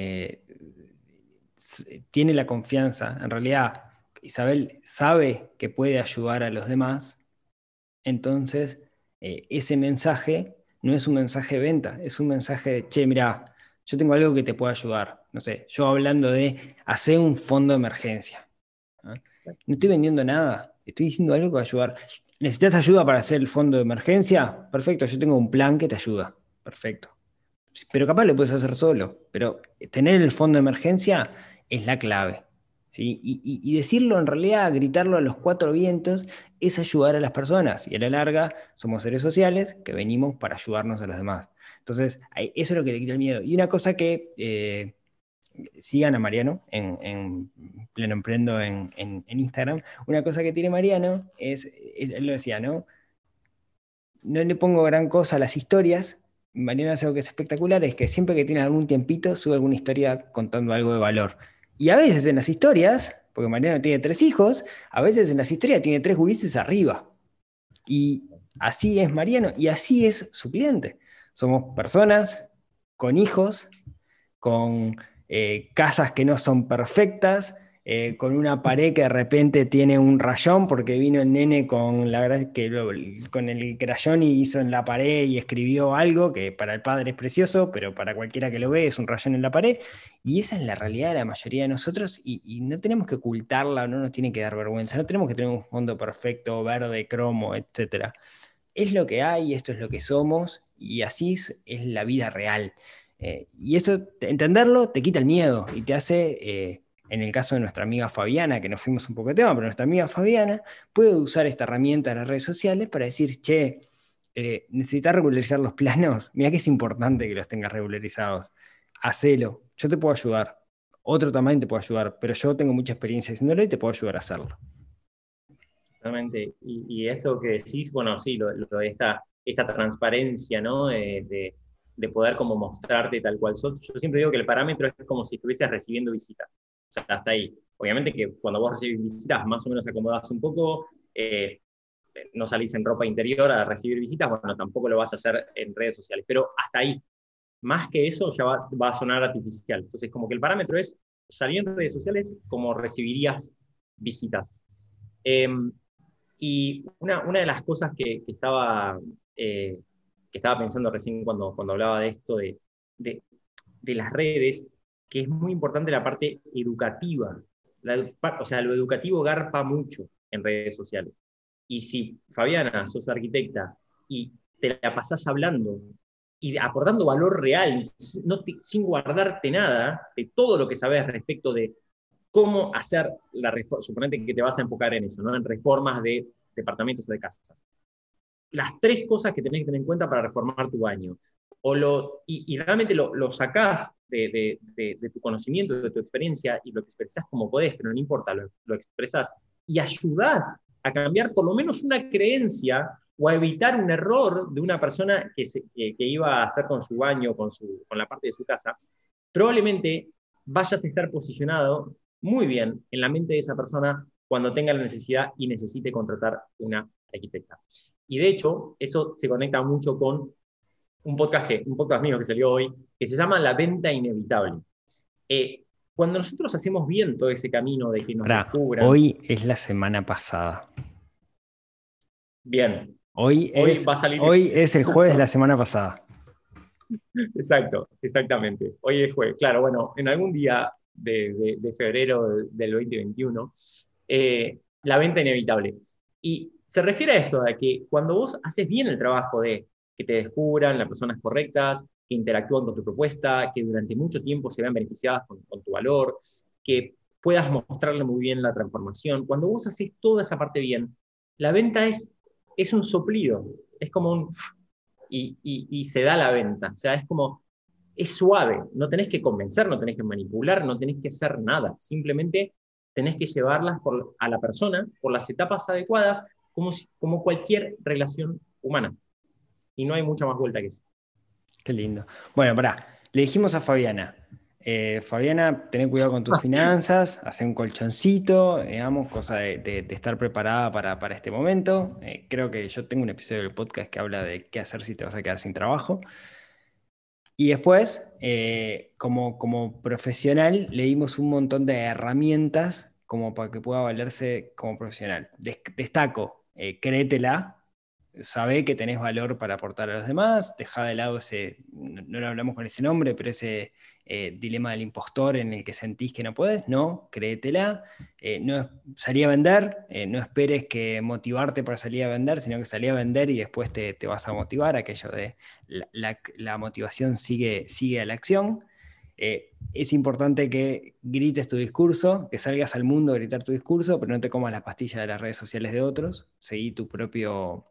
tiene la confianza, en realidad Isabel sabe que puede ayudar a los demás, entonces ese mensaje no es un mensaje de venta, es un mensaje de, che, mira, yo tengo algo que te puede ayudar. No sé, yo hablando de hacer un fondo de emergencia. ¿Ah? No estoy vendiendo nada, estoy diciendo algo que va a ayudar. ¿Necesitas ayuda para hacer el fondo de emergencia? Perfecto, yo tengo un plan que te ayuda. Perfecto. Pero capaz lo puedes hacer solo, pero tener el fondo de emergencia es la clave. ¿Sí? Y decirlo en realidad, gritarlo a los cuatro vientos, es ayudar a las personas. Y a la larga somos seres sociales que venimos para ayudarnos a los demás. Entonces, eso es lo que le quita el miedo. Y una cosa que sigan a Mariano en Pleno Emprendo en Instagram. Una cosa que tiene Mariano él lo decía, ¿no? No le pongo gran cosa a las historias. Mariano hace algo que es espectacular, es que siempre que tiene algún tiempito sube alguna historia contando algo de valor. Y a veces en las historias, porque Mariano tiene 3 hijos, a veces en las historias tiene 3 gurises arriba. Y así es Mariano y así es su cliente. Somos personas con hijos, con casas que no son perfectas, con una pared que de repente tiene un rayón porque vino el nene con el crayón y hizo en la pared y escribió algo que para el padre es precioso, pero para cualquiera que lo ve es un rayón en la pared. Y esa es la realidad de la mayoría de nosotros y no tenemos que ocultarla, no nos tiene que dar vergüenza, no tenemos que tener un fondo perfecto, verde, cromo, etcétera. Es lo que hay, esto es lo que somos y así es la vida real. Y eso, entenderlo, te quita el miedo y te hace, en el caso de nuestra amiga Fabiana, que nos fuimos un poco de tema, pero nuestra amiga Fabiana puede usar esta herramienta de las redes sociales para decir, che, necesitas regularizar los planos, mira que es importante que los tengas regularizados, hacelo, yo te puedo ayudar, otro también te puede ayudar, pero yo tengo mucha experiencia haciéndolo y te puedo ayudar a hacerlo. Totalmente. Y esto que decís, bueno, sí, lo de esta transparencia, ¿no? De poder como mostrarte tal cual sos. Yo siempre digo que el parámetro es como si estuvieses recibiendo visitas. O sea, hasta ahí. Obviamente que cuando vos recibís visitas, más o menos acomodás un poco, no salís en ropa interior a recibir visitas, bueno, tampoco lo vas a hacer en redes sociales, pero hasta ahí. Más que eso ya va a sonar artificial. Entonces, como que el parámetro es salir en redes sociales como recibirías visitas. Y una de las cosas que estaba pensando recién cuando hablaba de esto, de las redes, que es muy importante la parte educativa. O sea, lo educativo garpa mucho en redes sociales. Y si, Fabiana, sos arquitecta y te la pasás hablando y aportando valor real, sin guardarte nada de todo lo que sabes respecto de cómo hacer la reforma, suponete que te vas a enfocar en eso, ¿no? En reformas de departamentos o de casas. Las 3 cosas que tenés que tener en cuenta para reformar tu baño. y realmente lo sacás de tu conocimiento, de tu experiencia, y lo expresás como podés, pero no importa, lo expresás, y ayudás a cambiar por lo menos una creencia o a evitar un error de una persona que iba a hacer con su baño, con la parte de su casa, probablemente vayas a estar posicionado muy bien en la mente de esa persona cuando tenga la necesidad y necesite contratar una arquitecta. Y de hecho, eso se conecta mucho con un podcast mío que salió hoy, que se llama La Venta Inevitable. Cuando nosotros hacemos bien todo ese camino de que nos descubran, Hoy es la semana pasada. bien, Hoy hoy va a salir. hoy es el jueves de la semana pasada. Exacto, exactamente. Hoy es jueves. Claro, bueno, en algún día de febrero del 2021, la venta inevitable. Y se refiere a esto, a que cuando vos haces bien el trabajo de que te descubran las personas correctas, que interactúan con tu propuesta, que durante mucho tiempo se vean beneficiadas con tu valor, que puedas mostrarle muy bien la transformación, cuando vos haces toda esa parte bien, la venta es un soplido, es como un y se da la venta. O sea, es suave, no tenés que convencer, no tenés que manipular, no tenés que hacer nada, simplemente tenés que llevarlas a la persona por las etapas adecuadas, como cualquier relación humana. Y no hay mucha más vuelta que eso. Qué lindo. Bueno, pará, le dijimos a Fabiana, Fabiana, ten cuidado con tus finanzas, hace un colchoncito, digamos, cosa de estar preparada para este momento. Creo que yo tengo un episodio del podcast que habla de qué hacer si te vas a quedar sin trabajo. Y después, como profesional, le dimos un montón de herramientas como para que pueda valerse como profesional. Destaco, créetela, sabe que tenés valor para aportar a los demás, deja de lado no lo hablamos con ese nombre, pero ese dilema del impostor en el que sentís que no podés, no, créetela, no salí a vender, no esperes que motivarte para salir a vender, sino que salí a vender y después te vas a motivar, aquello de la motivación sigue a la acción. Es importante que grites tu discurso, que salgas al mundo a gritar tu discurso, pero no te comas la pastilla de las redes sociales de otros, seguí tu propio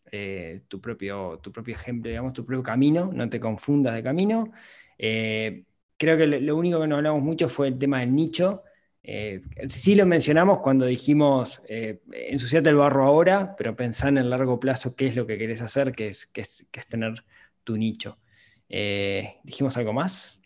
ejemplo, digamos, tu propio camino, no te confundas de camino. Creo que lo único que no hablamos mucho fue el tema del nicho. Sí lo mencionamos cuando dijimos ensuciate el barro ahora, pero pensá en el largo plazo qué es lo que querés hacer, que es tener tu nicho. ¿Dijimos algo más?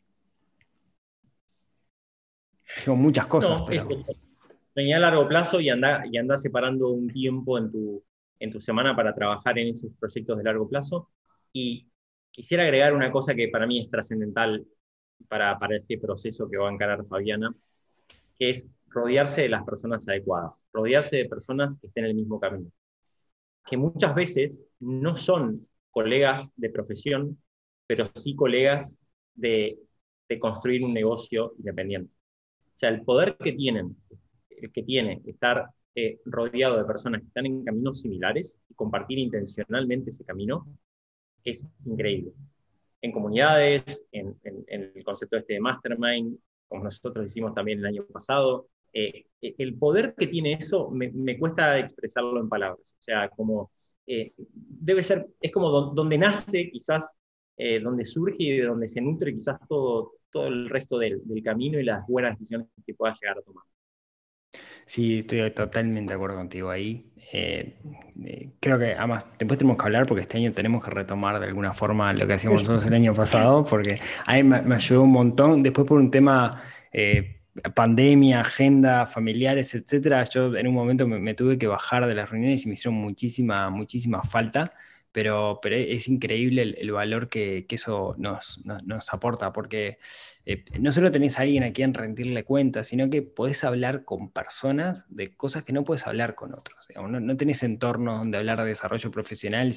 Dijimos muchas cosas, No, pero... es eso. Venía a largo plazo y anda separando un tiempo en tu semana para trabajar en esos proyectos de largo plazo. Y quisiera agregar una cosa que para mí es trascendental para este proceso que va a encarar Fabiana, que es rodearse de las personas adecuadas, rodearse de personas que estén en el mismo camino, que muchas veces no son colegas de profesión, pero sí colegas de construir un negocio independiente. O sea, el poder que tiene estar rodeado de personas que están en caminos similares y compartir intencionalmente ese camino es increíble. En comunidades, en el concepto este de Mastermind, como nosotros hicimos también el año pasado, el poder que tiene eso me cuesta expresarlo en palabras. O sea, como debe ser, es como donde nace quizás, donde surge y de donde se nutre quizás todo el resto del camino y las buenas decisiones que puedas llegar a tomar. Sí, estoy totalmente de acuerdo contigo ahí. Creo que además después tenemos que hablar porque este año tenemos que retomar de alguna forma lo que hacíamos nosotros el año pasado, porque a mí me ayudó un montón. Después por un tema pandemia, agenda, familiares, etcétera, yo en un momento me tuve que bajar de las reuniones y me hicieron muchísima falta. Pero es increíble el valor que eso nos aporta, porque no solo tenés a alguien a quien rendirle cuentas, sino que podés hablar con personas de cosas que no podés hablar con otros. Digamos, no tenés entornos donde hablar de desarrollo profesional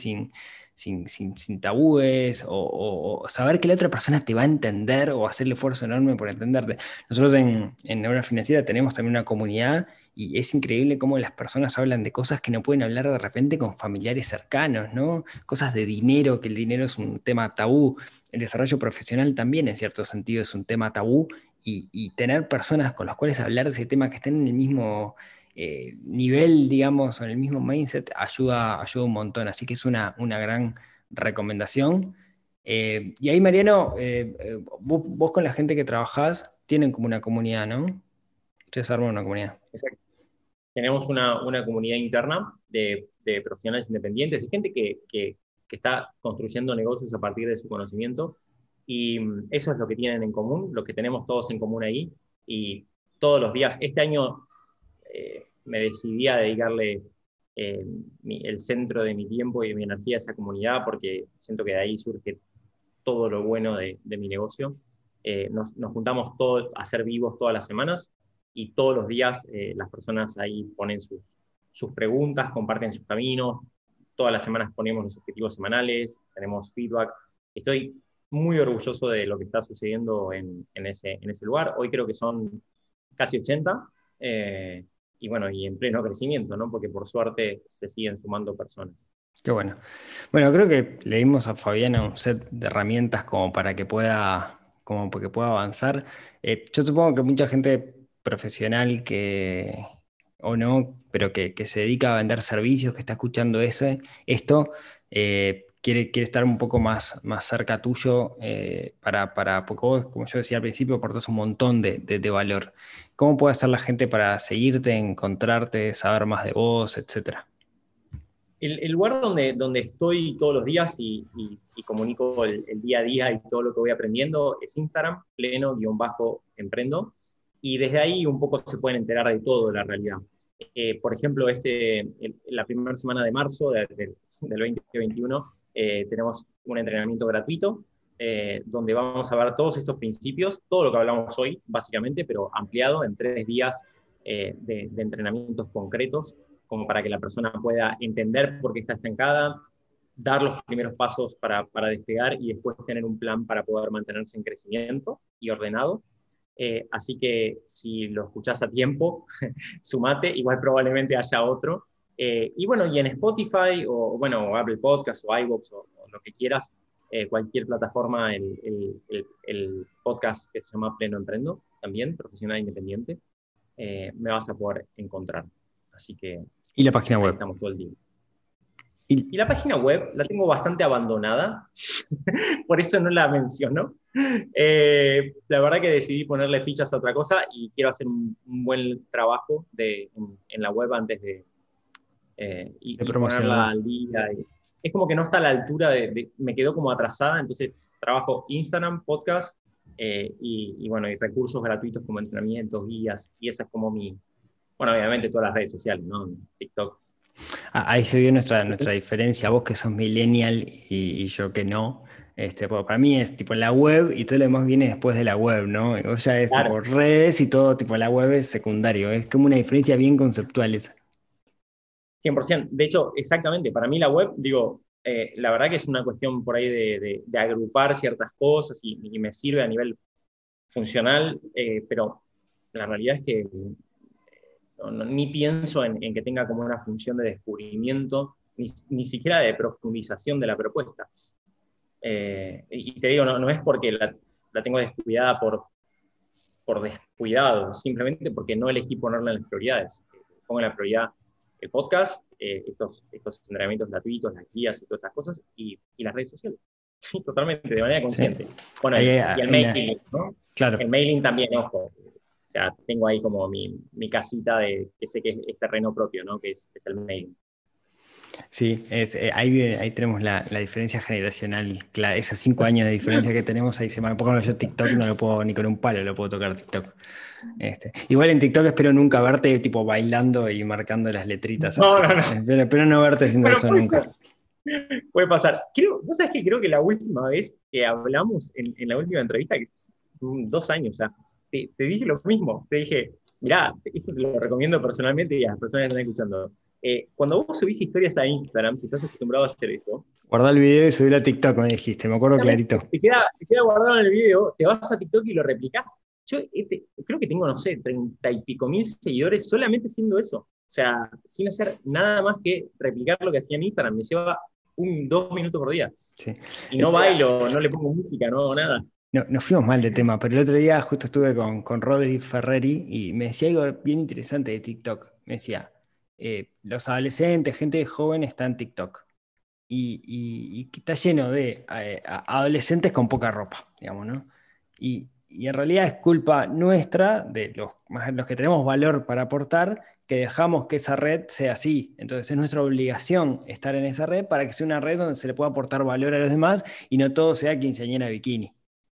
sin tabúes o saber que la otra persona te va a entender o hacer el esfuerzo enorme por entenderte. Nosotros en Neura Financiera tenemos también una comunidad y es increíble cómo las personas hablan de cosas que no pueden hablar de repente con familiares cercanos, ¿no? Cosas de dinero, que el dinero es un tema tabú. El desarrollo profesional también, en cierto sentido, es un tema tabú y tener personas con las cuales hablar de ese tema que estén en el mismo nivel, digamos, o en el mismo mindset, ayuda un montón. Así que es una gran recomendación. Y ahí, Mariano, vos con la gente que trabajás, tienen como una comunidad, ¿no? Ustedes arman una comunidad. Exacto. Tenemos una comunidad interna de profesionales independientes, de gente que está construyendo negocios a partir de su conocimiento. Y eso es lo que tienen en común, lo que tenemos todos en común ahí. Y todos los días, este año me decidí a dedicarle el centro de mi tiempo y de mi energía a esa comunidad, porque siento que de ahí surge todo lo bueno de mi negocio. Nos juntamos todos a ser vivos todas las semanas y todos los días las personas ahí ponen sus preguntas, comparten sus caminos. Todas las semanas ponemos los objetivos semanales, tenemos feedback. Estoy muy orgulloso de lo que está sucediendo en ese lugar. Hoy creo que son casi 80, y bueno, y en pleno crecimiento, ¿no? Porque por suerte se siguen sumando personas. Qué bueno. Bueno, creo que le dimos a Fabiana un set de herramientas como para que pueda avanzar. Yo supongo que mucha gente profesional o no, pero que se dedica a vender servicios, que está escuchando esto, quiere estar un poco más cerca tuyo, porque vos, como yo decía al principio, aportas un montón de valor. ¿Cómo puede hacer la gente para seguirte, encontrarte, saber más de vos, etcétera? El lugar donde estoy todos los días y comunico el día a día y todo lo que voy aprendiendo es Instagram, pleno-emprendo, y desde ahí un poco se pueden enterar de todo, la realidad. Por ejemplo, la primera semana de marzo del 2021 tenemos un entrenamiento gratuito donde vamos a ver todos estos principios, todo lo que hablamos hoy, básicamente, pero ampliado en 3 días de entrenamientos concretos, como para que la persona pueda entender por qué está estancada, dar los primeros pasos para despegar y después tener un plan para poder mantenerse en crecimiento y ordenado. Así que si lo escuchás a tiempo, sumate, igual probablemente haya otro. Y bueno, y en Spotify o Apple Podcast o iVoox o lo que quieras, cualquier plataforma, el podcast que se llama Pleno Emprendo, también, profesional independiente, me vas a poder encontrar. Así que Y la página ahí web. estamos todo el día. Y Y la página web la tengo bastante abandonada, por eso no la menciono. La verdad que decidí ponerle fichas a otra cosa y quiero hacer un buen trabajo en la web antes de de y ponerla promocionarla. al día. Es como que no está a la altura me quedó como atrasada, entonces trabajo Instagram, podcast bueno, y recursos gratuitos como entrenamientos, guías, y esa es como bueno, obviamente todas las redes sociales, ¿no? TikTok. Ahí se vio nuestra diferencia, vos que sos millennial y yo que no. Porque para mí es tipo la web y todo lo demás viene después de la web, ¿no? Y vos ya es tipo Claro, redes y todo, tipo la web es secundario. Es como una diferencia bien conceptual esa. 100%. De hecho, exactamente, para mí la web, digo, la verdad que es una cuestión por ahí de agrupar ciertas cosas y me sirve a nivel funcional, pero la realidad es que ni pienso en que tenga como una función de descubrimiento, ni siquiera de profundización de la propuesta. Y te digo, no es porque la tengo descuidada por descuidado, simplemente porque no elegí ponerla en las prioridades. Pongo en la prioridad el podcast, estos entrenamientos gratuitos, las guías y todas esas cosas, y las redes sociales. Totalmente, de manera Sí. consciente. Bueno, Ahí y el mailing, ¿no? claro. El mailing también, ojo. O sea, tengo ahí como mi casita que sé que es terreno propio, ¿no? Que es el mailing. Sí, ahí tenemos la diferencia generacional, esos 5 años de diferencia que tenemos, ahí se marca. Por ejemplo, yo TikTok no lo puedo ni con un palo, lo puedo tocar TikTok. Igual en TikTok espero nunca verte tipo bailando y marcando las letritas No, así. no, no. Espero no verte haciendo Bueno, eso nunca. puede pasar. ¿Vos sabés que creo que la última vez que hablamos en la última entrevista, que es 2 años ya, te dije lo mismo. Te dije, mirá, esto te lo recomiendo personalmente y a las personas que están escuchando. Cuando vos subís historias a Instagram, si estás acostumbrado a hacer eso, Guardá el video y subirlo a TikTok, me dijiste, me acuerdo clarito. te queda guardado en el video, te vas a TikTok y lo replicás. Yo creo que tengo, no sé, 30 y pico mil seguidores solamente haciendo eso. O sea, sin hacer nada más que replicar lo que hacía en Instagram. Me lleva 2 minutos por día. Sí. Y no bailo, no le pongo música, no hago nada. No, nos fuimos mal de tema, pero el otro día justo estuve con Rodri Ferreri y me decía algo bien interesante de TikTok. Me decía, los adolescentes, gente joven está en TikTok. y que está lleno de adolescentes con poca ropa, digamos, ¿no? Y en realidad es culpa nuestra, de los que tenemos valor para aportar, que dejamos que esa red sea así. Entonces es nuestra obligación estar en esa red para que sea una red donde se le pueda aportar valor a los demás y no todo sea quinceañera bikini.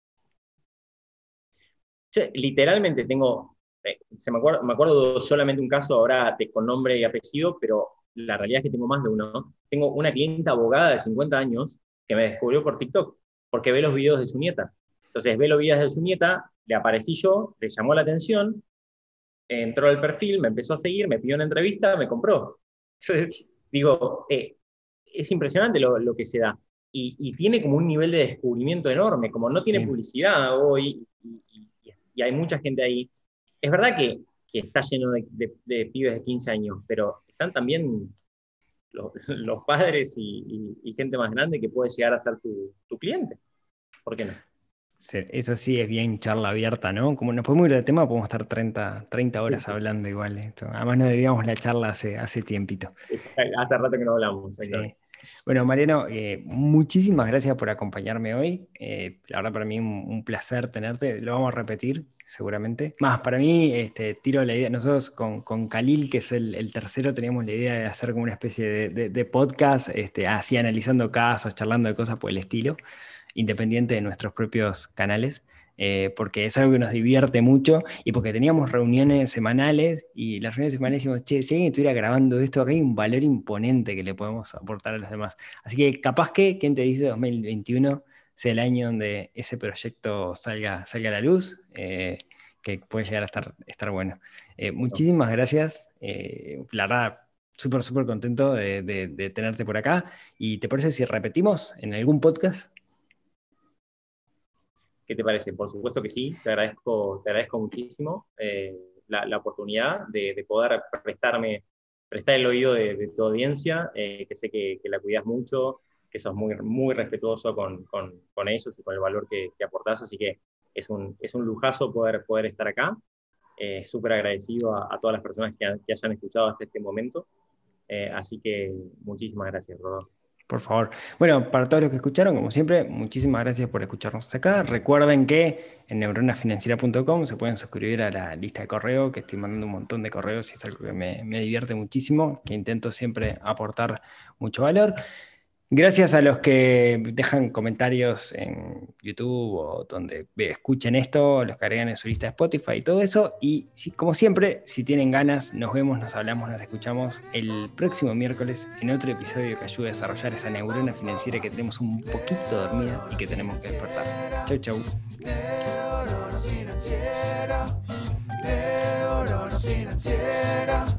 Che, literalmente me acuerdo solamente un caso ahora con nombre y apellido, pero la realidad es que tengo más de uno, ¿no? Tengo una clienta abogada de 50 años que me descubrió por TikTok, porque ve los videos de su nieta. Entonces ve los videos de su nieta, le aparecí yo, le llamó la atención, entró al perfil, me empezó a seguir, me pidió una entrevista, me compró. Digo, es impresionante lo que se da. Y tiene como un nivel de descubrimiento enorme, como no tiene Sí. publicidad hoy, y hay mucha gente ahí. Es verdad que está lleno de pibes de 15 años, pero están también los padres y gente más grande que puede llegar a ser tu cliente. ¿Por qué no? Sí, eso sí es bien charla abierta, ¿no? Como nos podemos ir del tema, podemos estar 30 Sí, horas sí. hablando igual. Esto. Además no debíamos la charla hace tiempito. Hace rato que no hablamos, exactamente. Sí. Bueno, Mariano, muchísimas gracias por acompañarme hoy. La verdad, para mí un placer tenerte. Lo vamos a repetir, seguramente. Más, para mí, tiro la idea. Nosotros con Khalil, que es el tercero, teníamos la idea de hacer como una especie de podcast, así analizando casos, charlando de cosas por el estilo, independiente de nuestros propios canales. Porque es algo que nos divierte mucho y porque teníamos reuniones semanales y las reuniones semanales decimos, che, si alguien estuviera grabando esto, acá hay un valor imponente que le podemos aportar a los demás. Así que capaz que, ¿quién te dice 2021 sea el año donde ese proyecto salga a la luz? Que puede llegar a estar bueno. Muchísimas gracias. La verdad, súper contento de tenerte por acá. ¿Y te parece si repetimos en algún podcast? ¿Qué te parece? Por supuesto que sí, te agradezco muchísimo la oportunidad de poder prestar el oído de tu audiencia, que sé que la cuidas mucho, que sos muy respetuoso con ellos y con el valor que aportás, así que es un lujazo poder estar acá. Súper agradecido a todas las personas que hayan escuchado hasta este momento, así que muchísimas gracias, Rodolfo. Por favor. Bueno, para todos los que escucharon, como siempre, muchísimas gracias por escucharnos hasta acá. Recuerden que en neuronafinanciera.com se pueden suscribir a la lista de correo, que estoy mandando un montón de correos y es algo que me divierte muchísimo, que intento siempre aportar mucho valor. Gracias a los que dejan comentarios en YouTube o donde escuchen esto, los que agregan en su lista de Spotify y todo eso. Y como siempre, si tienen ganas, nos vemos, nos hablamos, nos escuchamos el próximo miércoles en otro episodio que ayude a desarrollar esa neurona financiera que tenemos un poquito dormida y que tenemos que despertar. Chau, chau. Neurona financiera, neurona financiera.